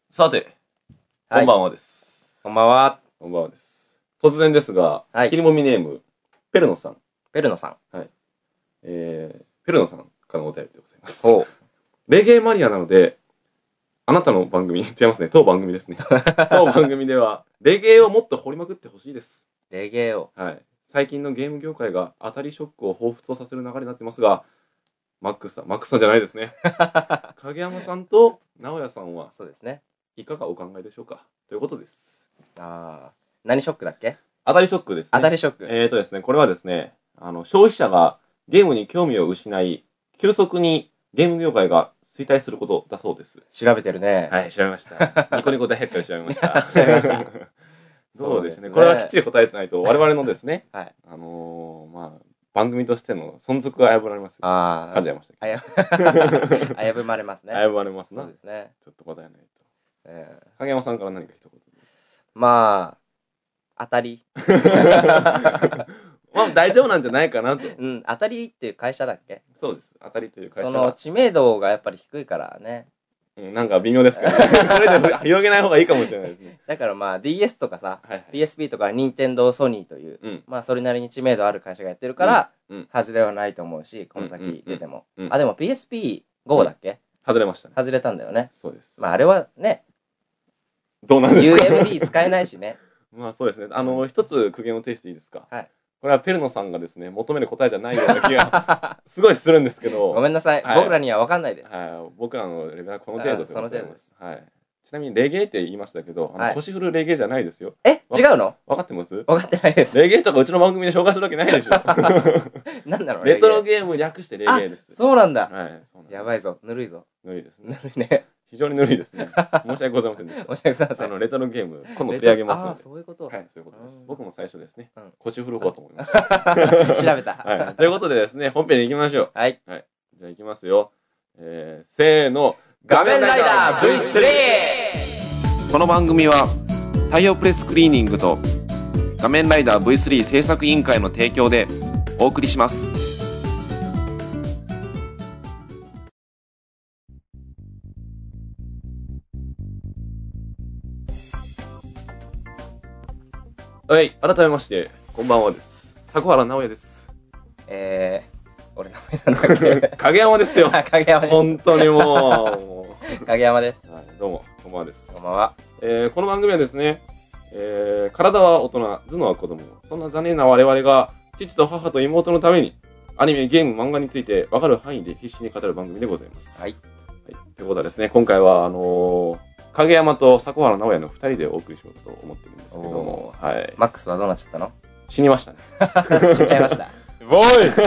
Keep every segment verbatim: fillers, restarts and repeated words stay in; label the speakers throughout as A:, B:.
A: さて、こんばんはです。
B: こんばんは。
A: こんばんはです。突然ですが、
B: はい、
A: 切りもみネーム、ペルノさん。
B: ペルノさん。
A: はい。えー、ペルノさんからのお便りでございます。
B: お
A: レゲエマニアなので、あなたの番組、違いますね、当番組ですね。当番組では、レゲエをもっと掘りまくってほしいです。
B: レゲエを。
A: はい。最近のゲーム業界が当たりショックを彷彿とさせる流れになってますが、マックスさん、マックスさんじゃないですね。影山さんと直哉さんは、
B: そうですね。
A: いかがお考えでしょうかということです。
B: ああ、何ショックだっけ？
A: 当たりショックですね。
B: 当たりショック。
A: えーとですね、これはですね、あの、消費者がゲームに興味を失い、急速にゲーム業界が衰退することだそうです。
B: 調べてるね。
A: はい、調べました。ニコニコ大学から調べました。
B: 調べました。
A: そうですね。これはきっちり答えてないと、我々のですね、
B: はい。
A: あのー、まあ、番組としての存続が危ぶられます。
B: ああ。
A: 噛んじゃいましたけ
B: ど。危ぶまれますね。
A: 危ぶまれますな。
B: そうですね。
A: ちょっと答えないと。
B: えー、
A: 影山さんから何か一言。
B: まあ、当たり。
A: まあ大丈夫なんじゃないかなと。
B: うん、当たりっていう会社だっけ？
A: そうです。当たりという会社
B: その知名度がやっぱり低いからね。
A: うん、なんか微妙ですからね。それで広げない方がいいかもしれないですね。
B: だからまあ ディーエス とかさ、
A: はいはい、
B: ピーエスピー とか任天堂ソニーという、うん、まあそれなりに知名度ある会社がやってるから、うん、外れはないと思うし、この先出ても。うんうんうん、あ、でも ピーエスピーゴー だっけ、うん、
A: 外れましたね。
B: 外れたんだよね。
A: そうです。
B: まああれはね、
A: どうなんですか？
B: ユーエムディー 使えないしね。
A: まあそうですね。あの、一つ苦言を呈していいですか？
B: はい。
A: これはペルノさんがですね、求める答えじゃないような気がすごいするんですけど。
B: ごめんなさい。はい、僕らには分かんないです。
A: はい。僕らのレベルはこの程度でございます。
B: その程度です。
A: はい。ちなみにレゲエって言いましたけど、あの、はい、腰振るレゲエじゃないですよ。
B: え、違うの？
A: 分かってます？
B: 分かってないです。
A: レゲエとかうちの番組で紹介するわけないでしょ。
B: なんだろう、
A: レトロゲーム略してレゲエです。
B: そうなんだ。
A: はい。そうなんです。
B: やばいぞ。ぬるいぞ。
A: ぬるいですね。
B: ぬるいね。
A: 非常にぬるいですね。申し訳ございませんでした。
B: 申し訳ございません。
A: あの、レトロゲーム、今度取り上げますので。
B: あ、そういうこと。
A: はい、そういうことです。僕も最初ですね、うん、腰振る方と思いまし
B: た。調べた。
A: はい。ということでですね、本編に行きましょう。
B: はい。
A: はい。じゃあ行きますよ。えー、せーの。
B: 画面ライダー ブイスリ
A: ー！ この番組は、太陽プレスクリーニングと、画面ライダー ブイスリー 制作委員会の提供でお送りします。はい、改めまして、こんばんはです。迫原直也です。
B: えー、俺名前なんだっけ？
A: 影山ですよ。
B: 影山です。
A: 本当にも
B: う。影山です。
A: はい、どうも、こんばんはです。
B: こんばんは。
A: えー、この番組はですね、えー、体は大人、頭脳は子供。そんな残念な我々が、父と母と妹のために、アニメ、ゲーム、漫画について分かる範囲で必死に語る番組でございます。
B: はい。
A: はい、ということはですね、今回は、あのー、影山と迫原直也のふたりでお送りしようと思ってるんですけども、はい。
B: マックスはどうなっちゃったの？
A: 死にましたね。
B: 死んじゃいました。
A: おい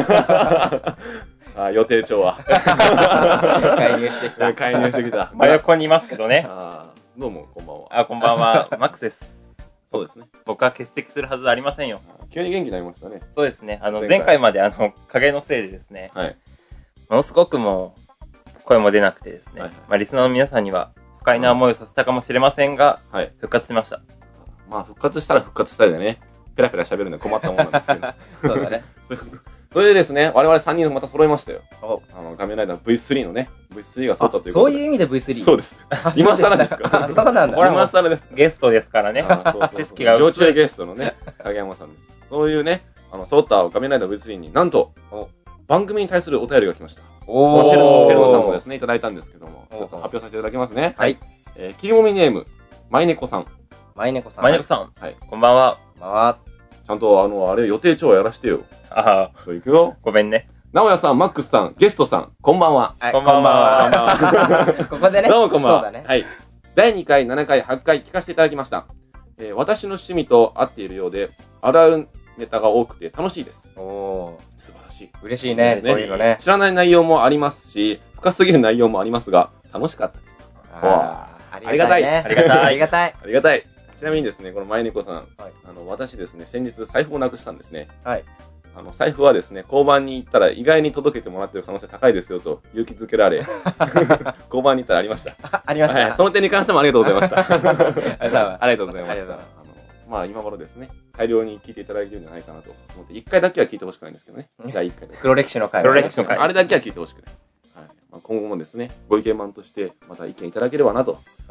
A: あ、予定調は。
B: 介入してきた。
A: 介入してきた。
C: 真横にいますけどね。
A: あ、どうも、こんばんは。
C: あ、こんばんは。マックスです。
A: そうですね。
C: 僕は欠席するはずありませんよ。
A: 急に元気になりましたね。
C: そうですね。あの、前回, 前回まであの、影のせいでですね。はい。ものすごくもう、声も出なくてですね。はいはい、まあ、リスナーの皆さんには、不快な思いをさせたかもしれませんが、はい、復活しました。
A: まあ復活したら復活したでね、ペラペラ喋るんで困ったもんなんですけど。
B: そうだね。
A: それでですね、我々さんにんまた揃いましたよ。あの、画面ライダー ブイスリー のね、ブイスリー が揃ったということで。
B: そういう意味で ブイスリー？
A: そうです。今更ですか？
B: そうなんだ。
A: 今更です。
C: ゲストですからね。
A: 知識が常駐ゲストのね、影山さんです。そういうね、あの、揃った画面ライダー ブイスリー になんと、番組に対するお便りが来ました。おー。ペルノ、ペルノさんもですね、いただいたんですけども、ちょっと発表させていただきますね。はい。えー、切りもみネーム、まいねこさん。
B: まいねこさん。
C: まいねこさん。はい。こんばんは。
B: こんばんは。
A: ちゃんと、あの、あれ、予定調はやらしてよ。
C: ああ。
A: そう、いくよ。
C: ごめんね。
A: 直哉さん、マックスさん、ゲストさん、こんばんは。
C: こんばんは。こんばん
B: は。ここでね。
A: どうもこんばんは。
B: そうだね。
A: はい。だいにかい、ななかい、はちかい聞かせていただきました。えー、私の趣味と合っているようで、あるあるネタが多くて楽しいです。
B: おー。
A: 素晴らしい。
B: 嬉しいね。そういうのね。
A: 知らない内容もありますし、深すぎる内容もありますが、楽しかったです。
B: あ
A: ありがたい。
B: ありがたい。ありがたい。
A: ありがたい。ちなみにですね、このまいねこさん、はい、あの、私ですね、先日財布をなくしたんですね。はい。あの、財布はですね、交番に行ったら意外に届けてもらってる可能性高いですよと勇気づけられ、交番に行ったらありました。
B: あ, ありました、
A: はい。その点に関してもありがとうございました。
B: あ
A: りがとうございました。あの、まあ今頃ですね、大量に聞いていただけるんじゃないかなと思って、いっかいだけは聞いてほしくないんですけどね。だいいっかいだけ。
B: 黒歴史の回。
C: 黒歴史の回。
A: あれだけは聞いてほしくない。はい。まあ、今後もですね、ご意見番としてまた意見いただければなと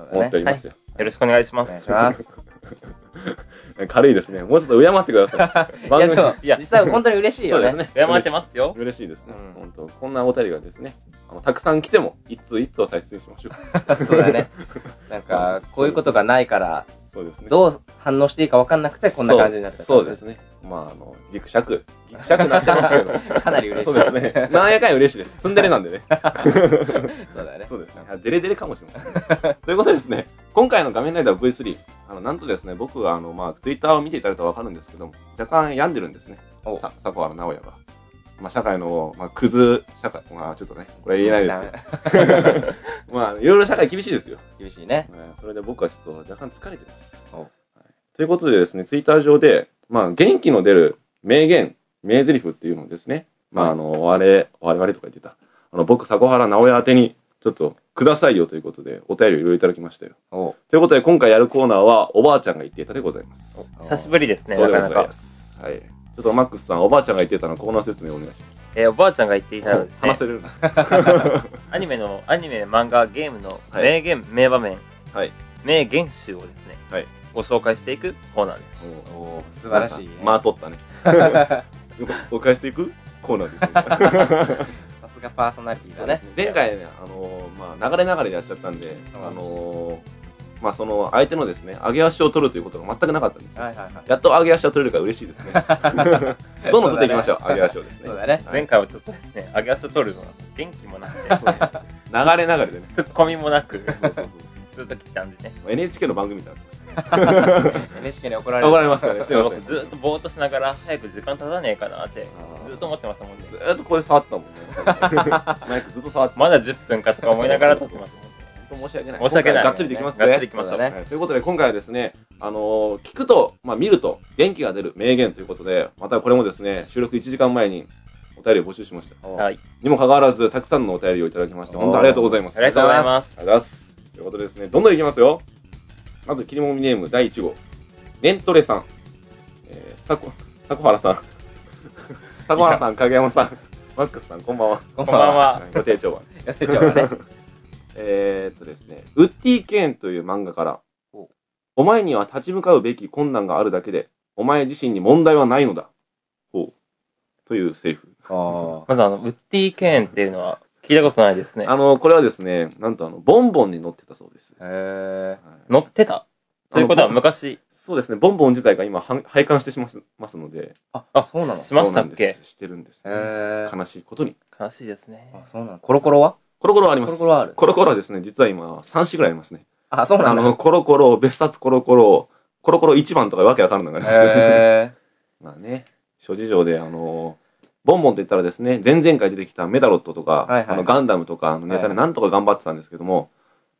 A: 思っておりますよ。
C: よろしくお願いします。
B: お願いします。
A: 軽いですね。もうちょっと敬ってください。
B: いやでも、いや実際本当に嬉しいよね。
A: そうですね。
C: 敬ってますよ。
A: 嬉しいですね。本当こんなお便りがですね、あのたくさん来ても一通一通を大切にしましょ
B: う。そうだね。なんかこういうことがないから、
A: そうですね。
B: どう反応していいか分かんなくてこんな感じになっちゃった。
A: そうですね。まああのギクシャクギクシャクなってますけど、
B: かなり嬉しい。
A: そうですね。なんやかんや嬉しいです。ツンデレなんでね。
B: そうだね。
A: そうですね。デレデレかもしれません。ということでですね、今回の画面ライダー ブイスリー、あのなんとですね、僕があのまあツイッターを見ていただいたら分かるんですけども、若干病んでるんですね。さ迫原直也が。まあ社会のまあクズ社会、まあちょっとね、これ言えないですけど、まあいろいろ社会厳しいですよ。
B: 厳しいね。
A: それで僕はちょっと若干疲れてます。ということでですね、ツイッター上で、まあ、元気の出る名言、名台詞っていうのをですね、まあ、あの、我、我々とか言ってた、あの、僕、迫原直也宛てに、ちょっと、くださいよということで、お便りをいろいろいただきましたよ。ということで、今回やるコーナーは、おばあちゃんが言っていたでございます。
C: 久しぶりですね、
A: なかなか。はい。ちょっと、マックスさん、おばあちゃんが言っていたのコーナー説明をお願いします。
C: えー、おばあちゃんが言っていたのですね。
A: 話せるな。
C: アニメの、アニメ、漫画、ゲームの名言、はい、名場面、はい、名言集をですね、はい、ご紹介していくコーナーです。
B: おお、素晴らしい、ね。
A: まあ、取ったね。紹介していくコーナーですね。
B: さすがパーソナリティだね。
A: 前回ね、あのー、まあ、流れ流れでやっちゃったんで、あのー、まあ、その相手のですね、上げ足を取るということが全くなかったんですよ。はいはいはい、やっと上げ足を取れるから嬉しいですね。どんどん取っていきましょう、上げ足をですね。
B: そうだね。
C: 前回はちょっとですね、上げ足を取るのが元気もなくて、
A: 流れ流れでね。
C: ツッコミもなく、そうそうそう。ずっと来たんでね。
A: エヌエイチケー の番組だ。
B: エヌエイチケー に怒られる。
A: 怒られますからね。すいません。
C: ずっとぼーっとしながら早く時間経たねえかなってずっと思ってましたもんね。
A: ずっとこれ触ってたもんね。マイクずっと触ってた。
C: まだじゅっぷんかとか思いながら撮ってましたもんね。
A: 本当申し訳ない。
C: 申し訳ない。
A: がっつりできますね。
C: がっつりいきましょうね。
A: ということで今回はですね、あの聞くとまあ見ると元気が出る名言ということで、またこれもですね収録いちじかんまえにお便りを募集しました。はい。にもかかわらずたくさんのお便りをいただきまして本当ありがとうございます。
C: ありがとうございます。
A: ありがとうございます。ということでですね、どんどんいきますよ。まず、切りもみネームだいいち号。ネントレさん。えー、さこ、さこはらさん。さこはらさん、影山さん。マックスさん、こんばんは。
C: こんばんは。
A: ご丁重は。
B: ご丁重はね。
A: えっとですね、ウッディ・ケーンという漫画から、お前には立ち向かうべき困難があるだけで、お前自身に問題はないのだ。ほう。というセリフ。
C: あまずあの、ウッディ・ケーンっていうのは、聞いたことないですね。
A: あの、これはですね、なんとあの、ボンボンに乗ってたそうです。へ
C: ー。乗ってたということは昔。
A: そうですね、ボンボン自体が今、廃刊してしますますので。
B: あ、あ、そうなの
C: しましたっけ
A: してるんです、ね。へー。悲しいことに。
C: 悲しいですね。
B: あ、そうなの。コロコロは
A: コロコロはあります。
B: コロコロある。
A: コロコロはですね、実は今、さん種ぐらいありますね。
B: あ、そうなんだ。
A: あの、コロコロ、別冊コロコロ、コロコロいちばんとかわけわかるのがあります。へー。まあね、諸事情で、あのー、ボンボンと言ったらですね、前々回出てきたメダロットとか、はいはい、あのガンダムとかのネタでなんとか頑張ってたんですけども、はいはい、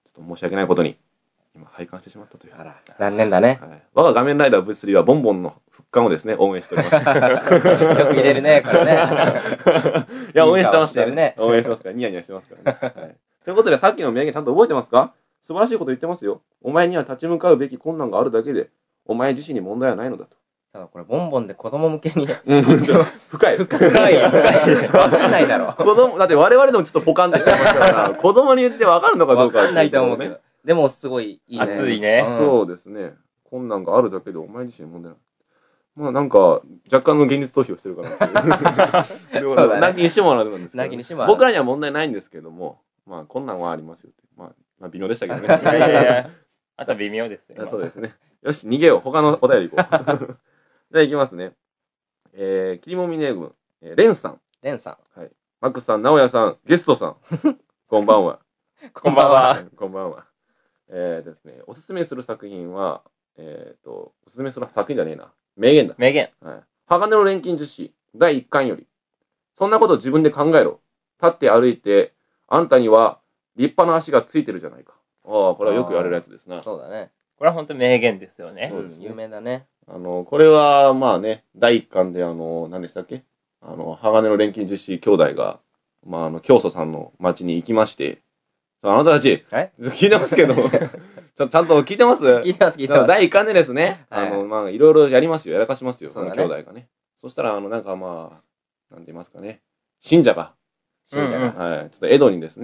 A: ちょっと申し訳ないことに、今廃刊してしまったという。
B: あら、残念だね。
A: はい、我が画面ライダー ブイスリー はボンボンの復刊をですね、応援しております。よく
B: 入れるね、これね。
A: いや、応援してますからね。応援してますから、ニヤニヤしてますからね。はい、ということで、さっきの名言ちゃんと覚えてますか？素晴らしいこと言ってますよ。お前には立ち向かうべき困難があるだけで、お前自身に問題はないのだと。
B: ただこれボンボンで子供向けに
A: 深い
B: 深い深い分かんないだろ
A: 子供だって我々でもちょっとポカンとしてますから子供に言って分かるのかどうか
B: 分かんないと思うけどでもすごいいいね
C: 熱いね、
A: うん、そうですね困難があるだけでお前自身問題ないまあなんか若干の現実逃避をしてるかなっていうそうだね泣きにしもあらずなんですけど、ね、僕らには問題ないんですけどもまあ困難はありますよってまあ、まあ、微妙でしたけどねいやいやいや
C: あと微妙ですよ
A: そうですねよし逃げよう他のお便り行こうじゃあ行きますね。えー、切りもみネーム、えー、レンさん。
B: レンさん。
A: はい。マックスさん、直哉さん、ゲストさん。こんばんは。
C: こんばんは。
A: こんばんは。えーですね、おすすめする作品は、えーと、おすすめする作品じゃねえな。名言だ。
C: 名言。
A: はい。鋼の錬金術師、だいいっかんより。そんなこと自分で考えろ。立って歩いて、あんたには立派な足がついてるじゃないか。ああ、これはよく言われるやつですな。
B: そうだね。
C: これは本当に名言ですよね。
B: そうですね。有名だね。
A: あの、これは、まあね、だいいっかんで、あの、何でしたっけあの、鋼の錬金術師兄弟が、まあ、あの、教祖さんの町に行きまして、あなたたち、聞いてますけど、ちゃ, ちゃんと聞いてます
B: 聞いてます、聞いてます。
A: だいいっかんでですね、はい、あの、まあ、いろいろやりますよ、やらかしますよ、その兄弟がね。そしたら、あの、なんかまあ、なんて言いますかね、信者が、
B: 信者が、
A: はい、ちょっと江戸にですね、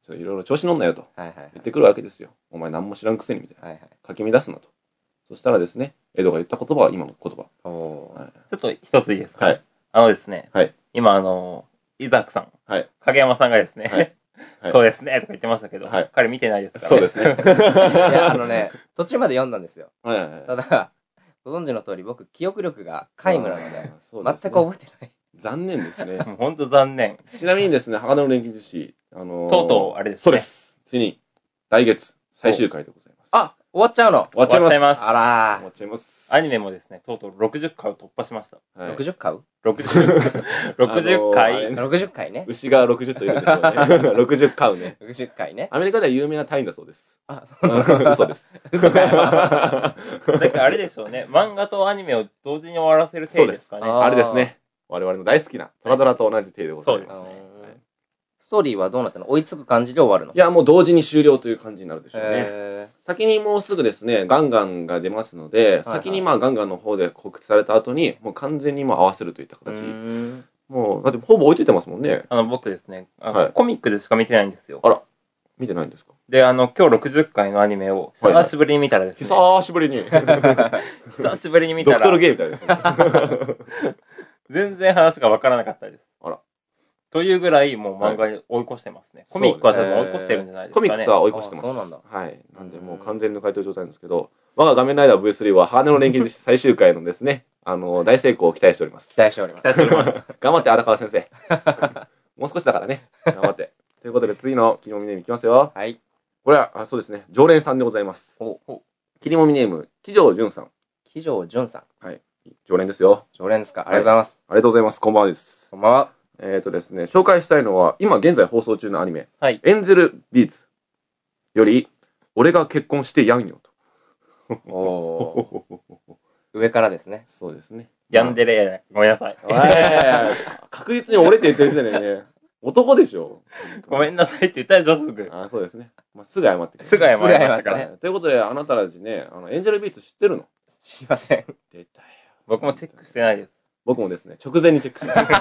A: ちょっといろいろ調子乗んなよと言ってくるわけですよ。お前何も知らんくせにみたいな、はいはい、かき乱すなと。そしたらですね、エドが言った言葉は今の言葉。
C: お、はい、ちょっと一ついいですか。はい、あのですね、はい、今あの伊沢さん、はい、影山さんがですね、はいはい、そうですねとか言ってましたけど、はい、彼見てないですからね。そうですね。
B: いや、あのね、途中まで読んだんですよ。はいはいはい、ただ、ご存知の通り、僕、記憶力が皆無なので、ね、全く覚えてない。
A: 残念ですね。
C: ほんと残念。
A: ちなみにですね、鋼の錬金術師、あのー、
C: とうとう、あれですね。
A: そうです。ついに、来月、最終回でございます。
B: あ、終わっちゃうの。
A: 終わっちゃいます。ます
B: あらー。
A: 終わっちゃいます。
C: アニメもですね、とうとうろくじゅっかいを突破しました。
B: はい、ろくじゅっかい
C: ?ろくじゅう、ろくじゅっかい、
B: ろくじゅっかいね。
A: 牛がろくじゅっといるでしょうね。ろくじゅっかいね。
B: ろくじゅっかいね。
A: アメリカでは有名な単位だそうです。
B: あ、そうなんだ。
A: 嘘です。
B: 嘘かよ。
C: だからあれでしょうね。漫画とアニメを同時に終わらせる体ですかね。
A: あ, あれですね。我々の大好きなトラドラと同じ体でございます。そうです。
B: ストーリーはどうなったの？追いつく感じで終わるの？
A: いや、もう同時に終了という感じになるでしょうね。先にもうすぐですね、ガンガンが出ますので、はいはい、先にまあガンガンの方で告知された後に、もう完全にもう合わせるといった形。もう、だってほぼ置いといてますもんね。
C: あの、僕ですね、あの、はい、コミックでしか見てないんですよ。
A: あら、見てないんですか？
C: で、あの、今日ろくじゅっかいのアニメを久しぶりに見たらですね。
A: はいはい、久しぶりに。
C: 久しぶりに見たら。
A: ドクトルゲーみたいですね。
C: 全然話がわからなかったです。
A: あら。
C: というぐらい、もう漫画に追い越してますね。はい、コミックは多分追い越してるんじゃないですかね。
A: コミックスは追い越してます。
B: そうなんだ。
A: はい。なんで、もう完全に抜かれてる状態なんですけど、我が画面ライダー ブイスリー は、鋼の錬金最終回のですね、あの、大成功を期待しております。
B: 期待しております。
C: 期待しております。
A: 頑張って、荒川先生。もう少しだからね。頑張って。ということで、次の切りもみネームいきますよ。
B: はい。
A: これは、あ、そうですね、常連さんでございます。おお。切りもみネーム、木城淳さん。
B: 木城淳さん。
A: はい。常連ですよ。
B: 常連ですか。ありがとうございます。
A: ありがとうございます。こんばんはです。
B: こんばんは。
A: えっとですね、紹介したいのは、今現在放送中のアニメ、
B: はい、
A: エンゼルビーツより、俺が結婚してやんよと。
B: お上からですね。
A: そうですね。
C: ヤンデレー、ごめんなさい。
A: 確実に俺って言ってる時点でね、男でしょ。
C: ごめんなさいって言ったでしょ、すぐ。
A: あ、そうですね。まあ、すぐ謝ってく
C: る。すぐ謝りましたからね。
A: ということで、あなたたちね、あの、エンゼルビーツ知ってるの？
B: 知りません。
A: 出たよ。
C: 僕もチェックしてないです。
A: 僕もですね、直前にチェックしました。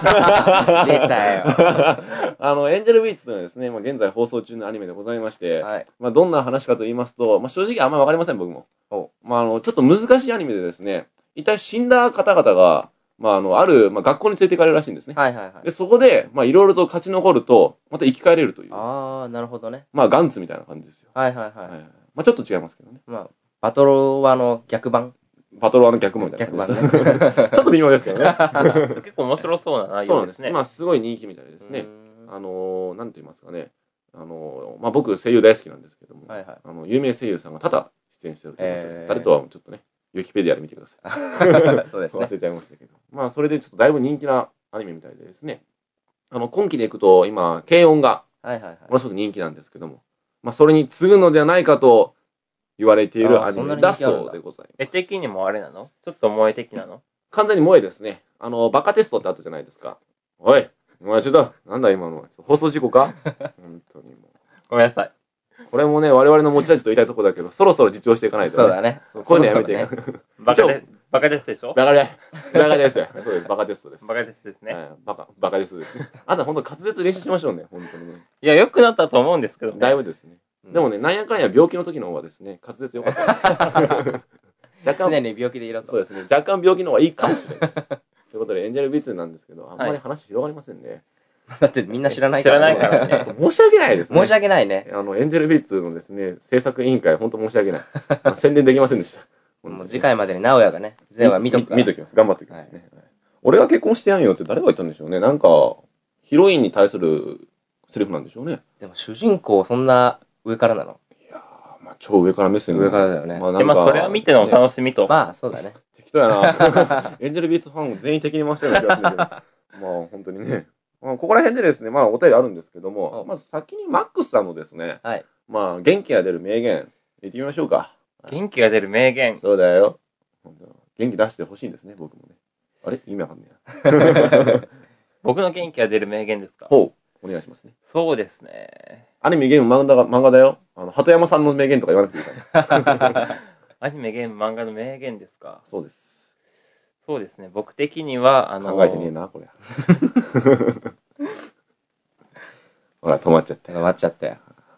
B: 出たよ。
A: あの、エンジェルビーツというのはですね、まあ、現在放送中のアニメでございまして、はい、まあ、どんな話かと言いますと、まあ、正直あんまりわかりません、僕も。まあ、あの、ちょっと難しいアニメでですね、一体死んだ方々が、まあ、あの、ある、まあ、学校に連れて行かれるらしいんですね。
B: はいはいはい。
A: で、そこで、まあ、いろいろと勝ち残ると、また生き返れるという。
B: ああ、なるほどね。
A: まあ、ガンツみたいな感じですよ。
B: はいはいはい。はい、
A: まあ、ちょっと違いますけどね。
B: まあ、バトロワの逆版。
A: バトロワの逆もみたいな感じです。ね、ちょっと微妙ですけどね。
C: 結構面白そうな内容ですね。
A: まあ、すごい人気みたいですね。あのー、なんて言いますかね。あのー、まあ、僕、声優大好きなんですけども、はいはい、あの有名声優さんが多々出演してるということで、えー、誰とはちょっとね、ウィキペディアで見てください。
B: そうですね。
A: 忘れちゃいましたけど。まあ、それでちょっとだいぶ人気なアニメみたいでですね。あの、今期でいくと、今、軽音が、ものすごく人気なんですけども、まあ、それに次ぐのではないかと、言われているアニメだそうでございます。
C: 絵的にもあれなの？ちょっと萌え的なの？
A: 完全に萌えですね。あの、バカテストってあったじゃないですか。おい、お前ちょっと、なんだ今の。放送事故か？本当にもう。
C: ごめんなさい。
A: これもね、我々の持ち味と言いたいところだけど、そろそろ実調していかないと、
B: ね。そうだね。
A: こういうのやめていかない。
C: バカで、バカテストでしょ？
A: バカで、バカですよ。そうです、バカテストです。
C: バカテストですね。
A: はい、バカ、バカテストですね。あとは本当滑舌練習しましょうね、本当にね。
C: いや、良くなったと思うんですけどね。
A: だいぶですね。でもね、なんやかんや病気の時の方はですね、滑舌良かったです。
B: 若干常に病気でいろと。
A: そうですね。若干病気の方がいいかもしれない。ということで、エンジェルビーツなんですけど、あんまり話広がりませんね。
B: だってみんな知らない
C: から。知らないからね。
A: 申し訳ないですね。
B: 申し訳ないね。
A: あの、エンジェルビーツのですね、制作委員会、本当申し訳ない。宣伝できませんでした。
B: もう次回までに直哉がね、全話見とくから。
A: 見ときます。頑張っておきますね。俺が結婚してやんよって誰が言ったんでしょうね。なんか、ヒロインに対するセリフなんでしょうね。
B: でも主人公そんな上からなの？
A: いやー、まあ超上から目線
B: 上からだよね。
C: まあなんか、でもそれは見ての楽しみと。
B: まあそうだね。
A: 適当やな。エンジェルビーツファンを全員敵に回してるような気がするけど。まあ本当にね。まあ、ここら辺でですね、まあお便りあるんですけども、まず先にマックスさんのですね、はい、まあ元気が出る名言、言ってみましょうか。
C: 元気が出る名言。
A: そうだよ。元気出してほしいんですね、僕もね。あれ意味わかんね
C: え。僕の元気が出る名言ですか？
A: ほう。お願いしますね。
C: そうですね。
A: アニメゲーム漫画だ、漫画だよ。あの、鳩山さんの名言とか言わなくていいから。
C: アニメゲーム漫画の名言ですか？
A: そうです。
C: そうですね。僕的には、あのー、
A: 考えてねえな、これ。ほら、止まっちゃった。
B: 止まっちゃったよ。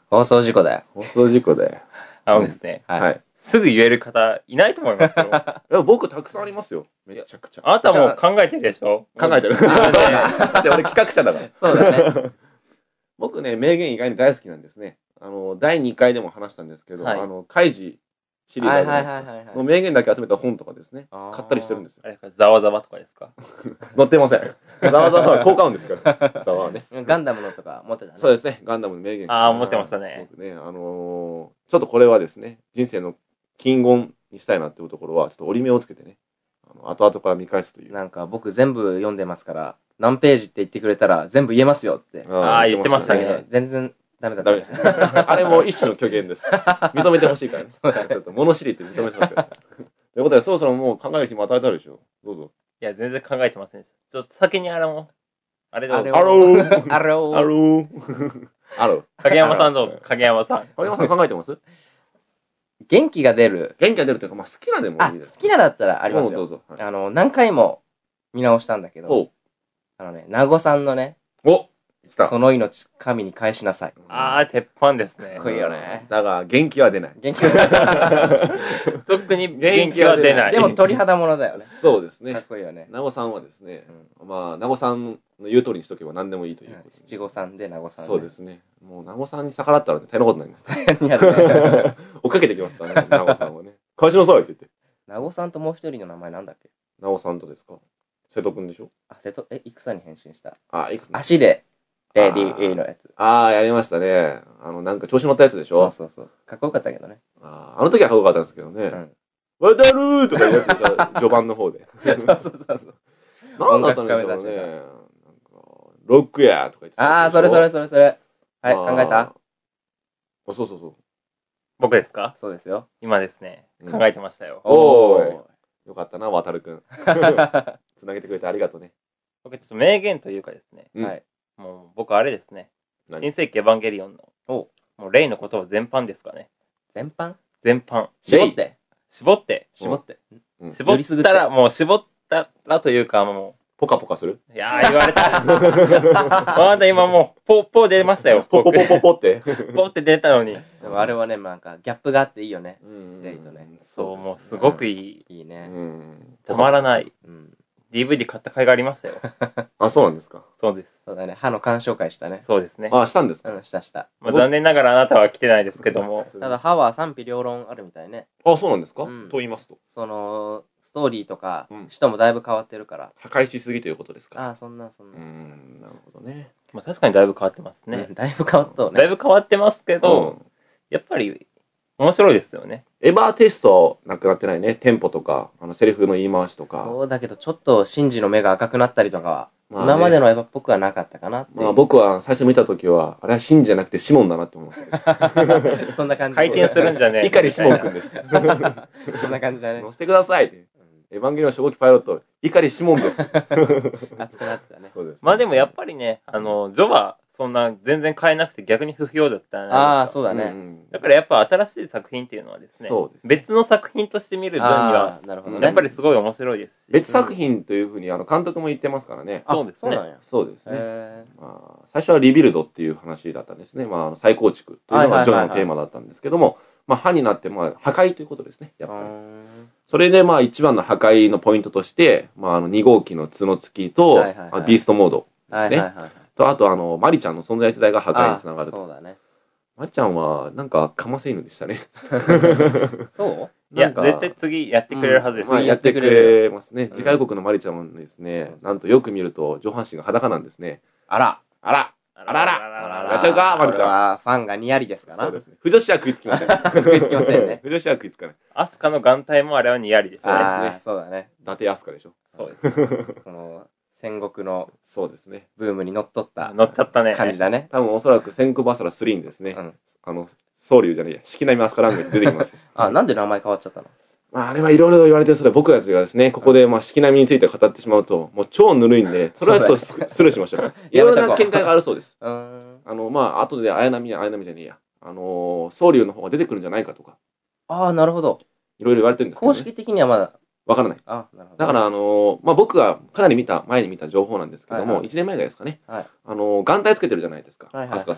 B: 放送事故だよ。
A: 放送事故だよ。
C: あのですね。はい。すぐ言える方いないと思いますよ。い
A: や、僕たくさんありますよ。めちゃくちゃ。
C: あなたも考えてるでしょ？
A: 考えてる。だって俺企画者だから。
B: そうだね。
A: 僕ね、名言意外に大好きなんですね。あの、だいにかいでも話したんですけど、あの、カイジシリーズあるじゃないですか。の名言だけ集めた本とかですね。買ったりしてるんですよ。
C: あれか、ざわざわとかですか？
A: 載ってません。ざわざわは効果音ですから。ざわはね。
B: ガンダムのとか持ってたね。
A: そうですね。ガンダムの名言。
C: ああ、持ってましたね。
A: 僕ね、あのー、ちょっとこれはですね、人生の金言にしたいなっていうところは、ちょっと折り目をつけてね、あの後々から見返すという。
B: なんか僕全部読んでますから、何ページって言ってくれたら全部言えますよって。
C: ああ、言ってましたね。
B: 全然ダメだった。ダメです。
A: あれも一種の虚言です。認めてほしいからね。ちょっと物知りって認めてほしいから。ということで、そろそろもう考える日も与えたでしょ。どうぞ。
C: いや、全然考えてませんでした。ちょっと先にあれも、あれどうぞ。
A: アロー
B: アロー
A: アローアロー
C: 影山さんどうぞ。影山さん。
A: 影山さん考えてます？
B: 元気が出る。
A: 元気が出るというか、まあ好きなでもいいです。
B: 好きなだったらありますよ。
A: どうぞ。
B: あの、何回も見直したんだけど、あのね、名護さんのね、
A: お
B: その命、神に返しなさい。
C: あー、鉄板ですね。
B: かっこいいよね。
A: だが、元気は出ない。
B: 元気は出ない。
C: 特に元気は出ない。
B: でも鳥肌ものだよね。
A: そうですね。
B: かっこいいよね。
A: 名護さんはですね、まあ、名護さんの言う通りにしとけば何でもいいということで。
B: 七五三で名護さん。
A: そうですね。もう名護さんに逆らったら大変なことになりますから。追っかけてきますからね、名護さんはね。返しなさいって言って。
B: 名護さんともう一人の名前なんだっけ？
A: 名護さんとですか？瀬戸くんでしょ？
B: あ、瀬戸、え、戦に変身した。
A: あ、いくつ？
B: 足で。エーディーエー のやつ。
A: ああ、やりましたね。あの、なんか調子乗ったやつでしょ？
B: そうそうそう。かっこよかったけどね。
A: ああ、あの時はかっこよかったんですけどね。うん。渡るーとか言うやつでしょ？序盤の方で。
B: そうそうそうそう。
A: 何だったんでしょうね。なんか、ロックやーとか言ってた。
B: ああ、それそれそれそれ。はい、考えた？あ、
A: そうそうそう。
C: 僕ですか？
B: そうですよ。
C: 今ですね、考えてましたよ。
A: おー。よかったな、渡るくん。つなげてくれてありがとうね。
C: 僕ちょっと名言というかですね。
B: はい。
C: もう僕あれですね。新世紀エヴァンゲリオンの、おもうレイのことを全般ですかね。
B: 全般？
C: 全般。
B: 絞って。
C: 絞って。
B: 絞って。
C: 絞ったら、もう絞ったらというかもう、
A: ポカポカする？
C: いやー言われた。まだ今もう、ポ、ポ出ましたよ。
A: ポポポポポって。
C: ポって出たのに。
B: でもあれはね、なんかギャップがあっていいよね。レイとね。
C: そう、もうすごくいい。
B: いいね。
C: たまらない。ディーブイディー 買った甲斐がありましたよ。
A: あ、そうなんですか。
C: そうです。
B: そうだね。歯の鑑賞会したね。
C: そうですね。
A: あ、したんですか？
B: うん、したした。
C: まあ残念ながらあなたは来てないですけども。
B: ただ歯は賛否両論あるみたいね。
A: あ、そうなんですか？と言いますと。
B: その、ストーリーとか、首都もだいぶ変わってるから。
A: 破壊しすぎということですか？
B: ああ、そんな、そんな。
A: うん、なるほどね。
C: まあ確かにだいぶ変わってますね。
B: だいぶ変わったね。
C: だいぶ変わってますけど、やっぱり、面白いですよね。
A: エヴァーテイストなくなってないね。テンポとか、あの、セリフの言い回しとか。
B: そうだけど、ちょっと、シンジの目が赤くなったりとかは、まあね、今までのエヴァっぽくはなかったかなって。
A: まあ僕は最初見たときは、あれはシンジじゃなくてシモンだなって思いました。
B: そんな感じ。
C: 回転するんじゃねえ。
A: 碇シモンくんです。
B: そんな感じだね。
A: 乗せてくださいって。エヴァンゲリオン初号機パイロット、碇シモンです。
B: 熱くなってたね。
A: そうです、ね。
C: まあでもやっぱりね、あの、ジョバ、そんな全然変えなくて逆に不評だったね。
B: ああ、そうだね、うんうん。
C: だからやっぱ新しい作品っていうのはですね、
A: そうですね、
C: 別の作品として見る分には、なるほどね、やっぱりすごい面白いですし。
A: 別作品というふうにあの監督も言ってますからね。
C: そうですね。
A: そうですね。まあ、最初はリビルドっていう話だったんですね。まあ、再構築というのがジョンのテーマだったんですけども、まあ、歯になって、まあ、破壊ということですね。やっぱり。それで、まあ、一番の破壊のポイントとして、まあ、あの、に号機の角付きと、はいはいはい、ビーストモードですね。はいはいはい、と、あと、あの、マリちゃんの存在自体が破壊につながると。
B: そうだね。
A: マリちゃんは、なんか、かませ犬でしたね。
C: そういや、絶対次やってくれるはずです。
A: うん、まあ、やってくれますね。次回予告のマリちゃんはですね、うん、なんとよく見ると、上半身が裸なんですね。
B: あら。
A: あら。あらら。やっちゃうか、マリちゃん。
B: ファンがニヤリですかな。
A: そうですね。不女子は食いつきません。
B: 食いつきませんね。
A: 不女子は食いつかない。
C: アスカの眼帯もあれはニヤリです
B: ね。そうですね。そうだね。
A: 伊達アスカでしょ。
C: そうです。
B: この、戦国の、
A: そうですね。
B: ブームに乗っ取った。
C: 乗っちゃったね。
B: 感じだね。
A: 多分おそらくセンクバサラスリーにですね。うん。あの、ソウリュウじゃねえや。四季並みアスカラングに出てきます。
B: あ、なんで名前変わっちゃったの？
A: まあ、あれはいろいろ言われてるそれ僕たちがですね、ここでまあ四季並みについて語ってしまうと、もう超ぬるいんで、それはちょっとスルーしましょう。いろいろな見解があるそうです。あの、まあ、後で綾波や綾波じゃねえや。あの、ソウリュウの方が出てくるんじゃないかとか。
B: ああ、なるほど。
A: いろいろ言われてるんですけど、
B: ね。公式的にはまだ。
A: わからない。
B: あなるほど。
A: だから、あの、まあ、僕がかなり見た、前に見た情報なんですけども、はいはい、いちねんまえぐらいですかね。はい、あの、眼帯つけてるじゃないですか。はいはいはい、アスカさん。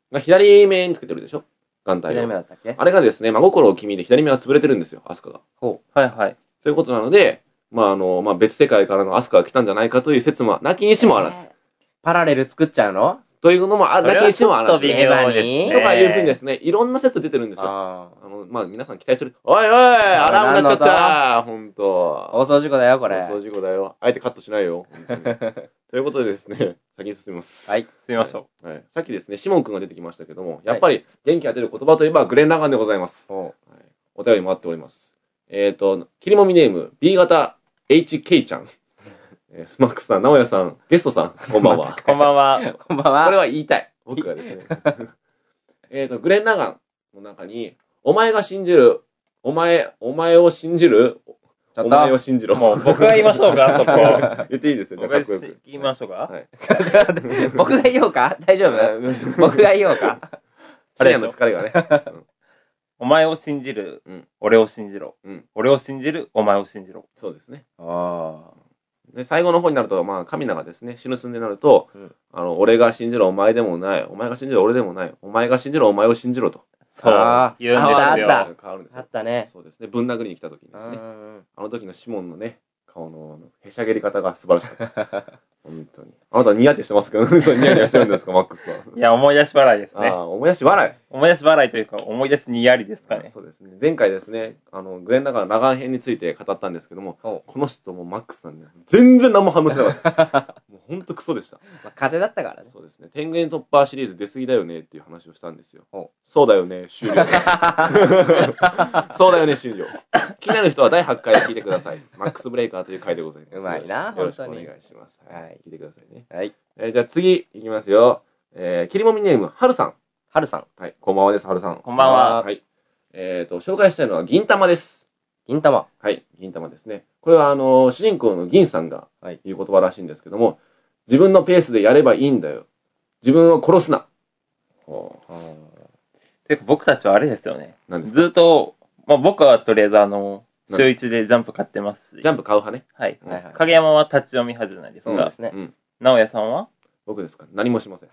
A: が左目につけてるでしょ眼帯を。
B: 左目だったっけ？
A: あれがですね、真心を君で左目が潰れてるんですよ、アスカが。
B: ほ
C: う。はいはい。
A: ということなので、まああの、まあ別世界からのアスカが来たんじゃないかという説も、なきにしもあらず。
B: パラレル作っちゃうの？
A: というのもあ、なきにしもあらず。
C: ちょっと微妙ですね。
A: とかいうふうにですね、いろんな説出てるんですよ。あの、まあ皆さん期待する。おいおいアラームになっちゃったほんと。
B: 放送事故だよ、これ。
A: 放送事故だよ。あえてカットしないよ。ということでですね、先に進みます。
B: はい。
C: 進みましょ
A: う。はい。さっきですね、シモン君が出てきましたけども、やっぱり元気が出る言葉といえばグレン・ラガンでございます。はい、お便りもらっております。えっと、切りもみネーム ビー 型 エイチケー ちゃん。スマックスさん、直哉さん、ゲストさん、こんばんは。
C: こんばんは。
B: こんばんは。
A: これは言いたい。僕がですね。えっと、グレン・ラガンの中に、お前が信じる、お前、お前を信じる、お前を信じろ。
C: もう僕が言いましょうか、そこ。
A: 言っていいですよ、じゃあかっこよく。
C: 言いましょうか。はい。
B: 僕が言おうか大丈夫僕が言おうか
A: 深夜の疲れがね。
C: お前を信じる、俺を信じろ。俺を信じる、お前を信じろ。
A: そうですね。ああ。で、最後の方になると、まあ、神名がですね、死ぬ寸でなると、うん、あの、俺が信じるお前でもない、お前が信じる俺でもない、お前が信じるお前を信じろと。
C: そう。言うんですよ。
B: あった、
A: 変わるんですよ。
B: あったね。
A: そうですね。ぶん殴りに来た時にですね。あの時のシモンのね、顔のへしゃげり方が素晴らしかった。本当に。あなたニヤってしてますけど、ニヤニヤしてるんですか、マックスさん。
C: いや、思い出し笑いですね。
A: ああ、思い出し笑い。
C: 思い出し笑いというか、思い出しにやりですかね。
A: そうですね。前回ですね、あの、グレン・ラガン、ラガン編について語ったんですけども、この人もマックスさんね、全然何も反応しなかった。もうほんとクソでした。
B: まあ、風邪だったからね。
A: そうですね。天元突破シリーズ出過ぎだよねっていう話をしたんですよ。そうだよね、終了。そうだよね、終了。気になる人はだいはちかい聞いてください。マックスブレイカーという回でございます。
B: うまいな、
A: よろしくお願いします。
B: はい。
A: 聞いてくださいね。
B: はい。
A: えー、じゃあ次、いきますよ。えー、切りもみネーム、はるさん。
B: はるさん。
A: はい。こんばんはです、はるさん。
C: こんばんは。
A: はい。えっと、紹介したいのは、銀玉です。
B: 銀玉。
A: はい。銀玉ですね。これは、あの、主人公の銀さんが言う言葉らしいんですけども、自分のペースでやればいいんだよ。自分を殺すな。
C: はあ。てか、僕たちはあれですよね。
A: 何ですか？
C: ずっと、まあ僕はとりあえずあの、週一でジャンプ買ってますし。
A: ジャンプ買う派ね。
C: はい。はいはい、影山は立ち読み派じゃないですか。
B: そうですね。うん。
C: 直哉さんは？
A: 僕ですか？何もしません。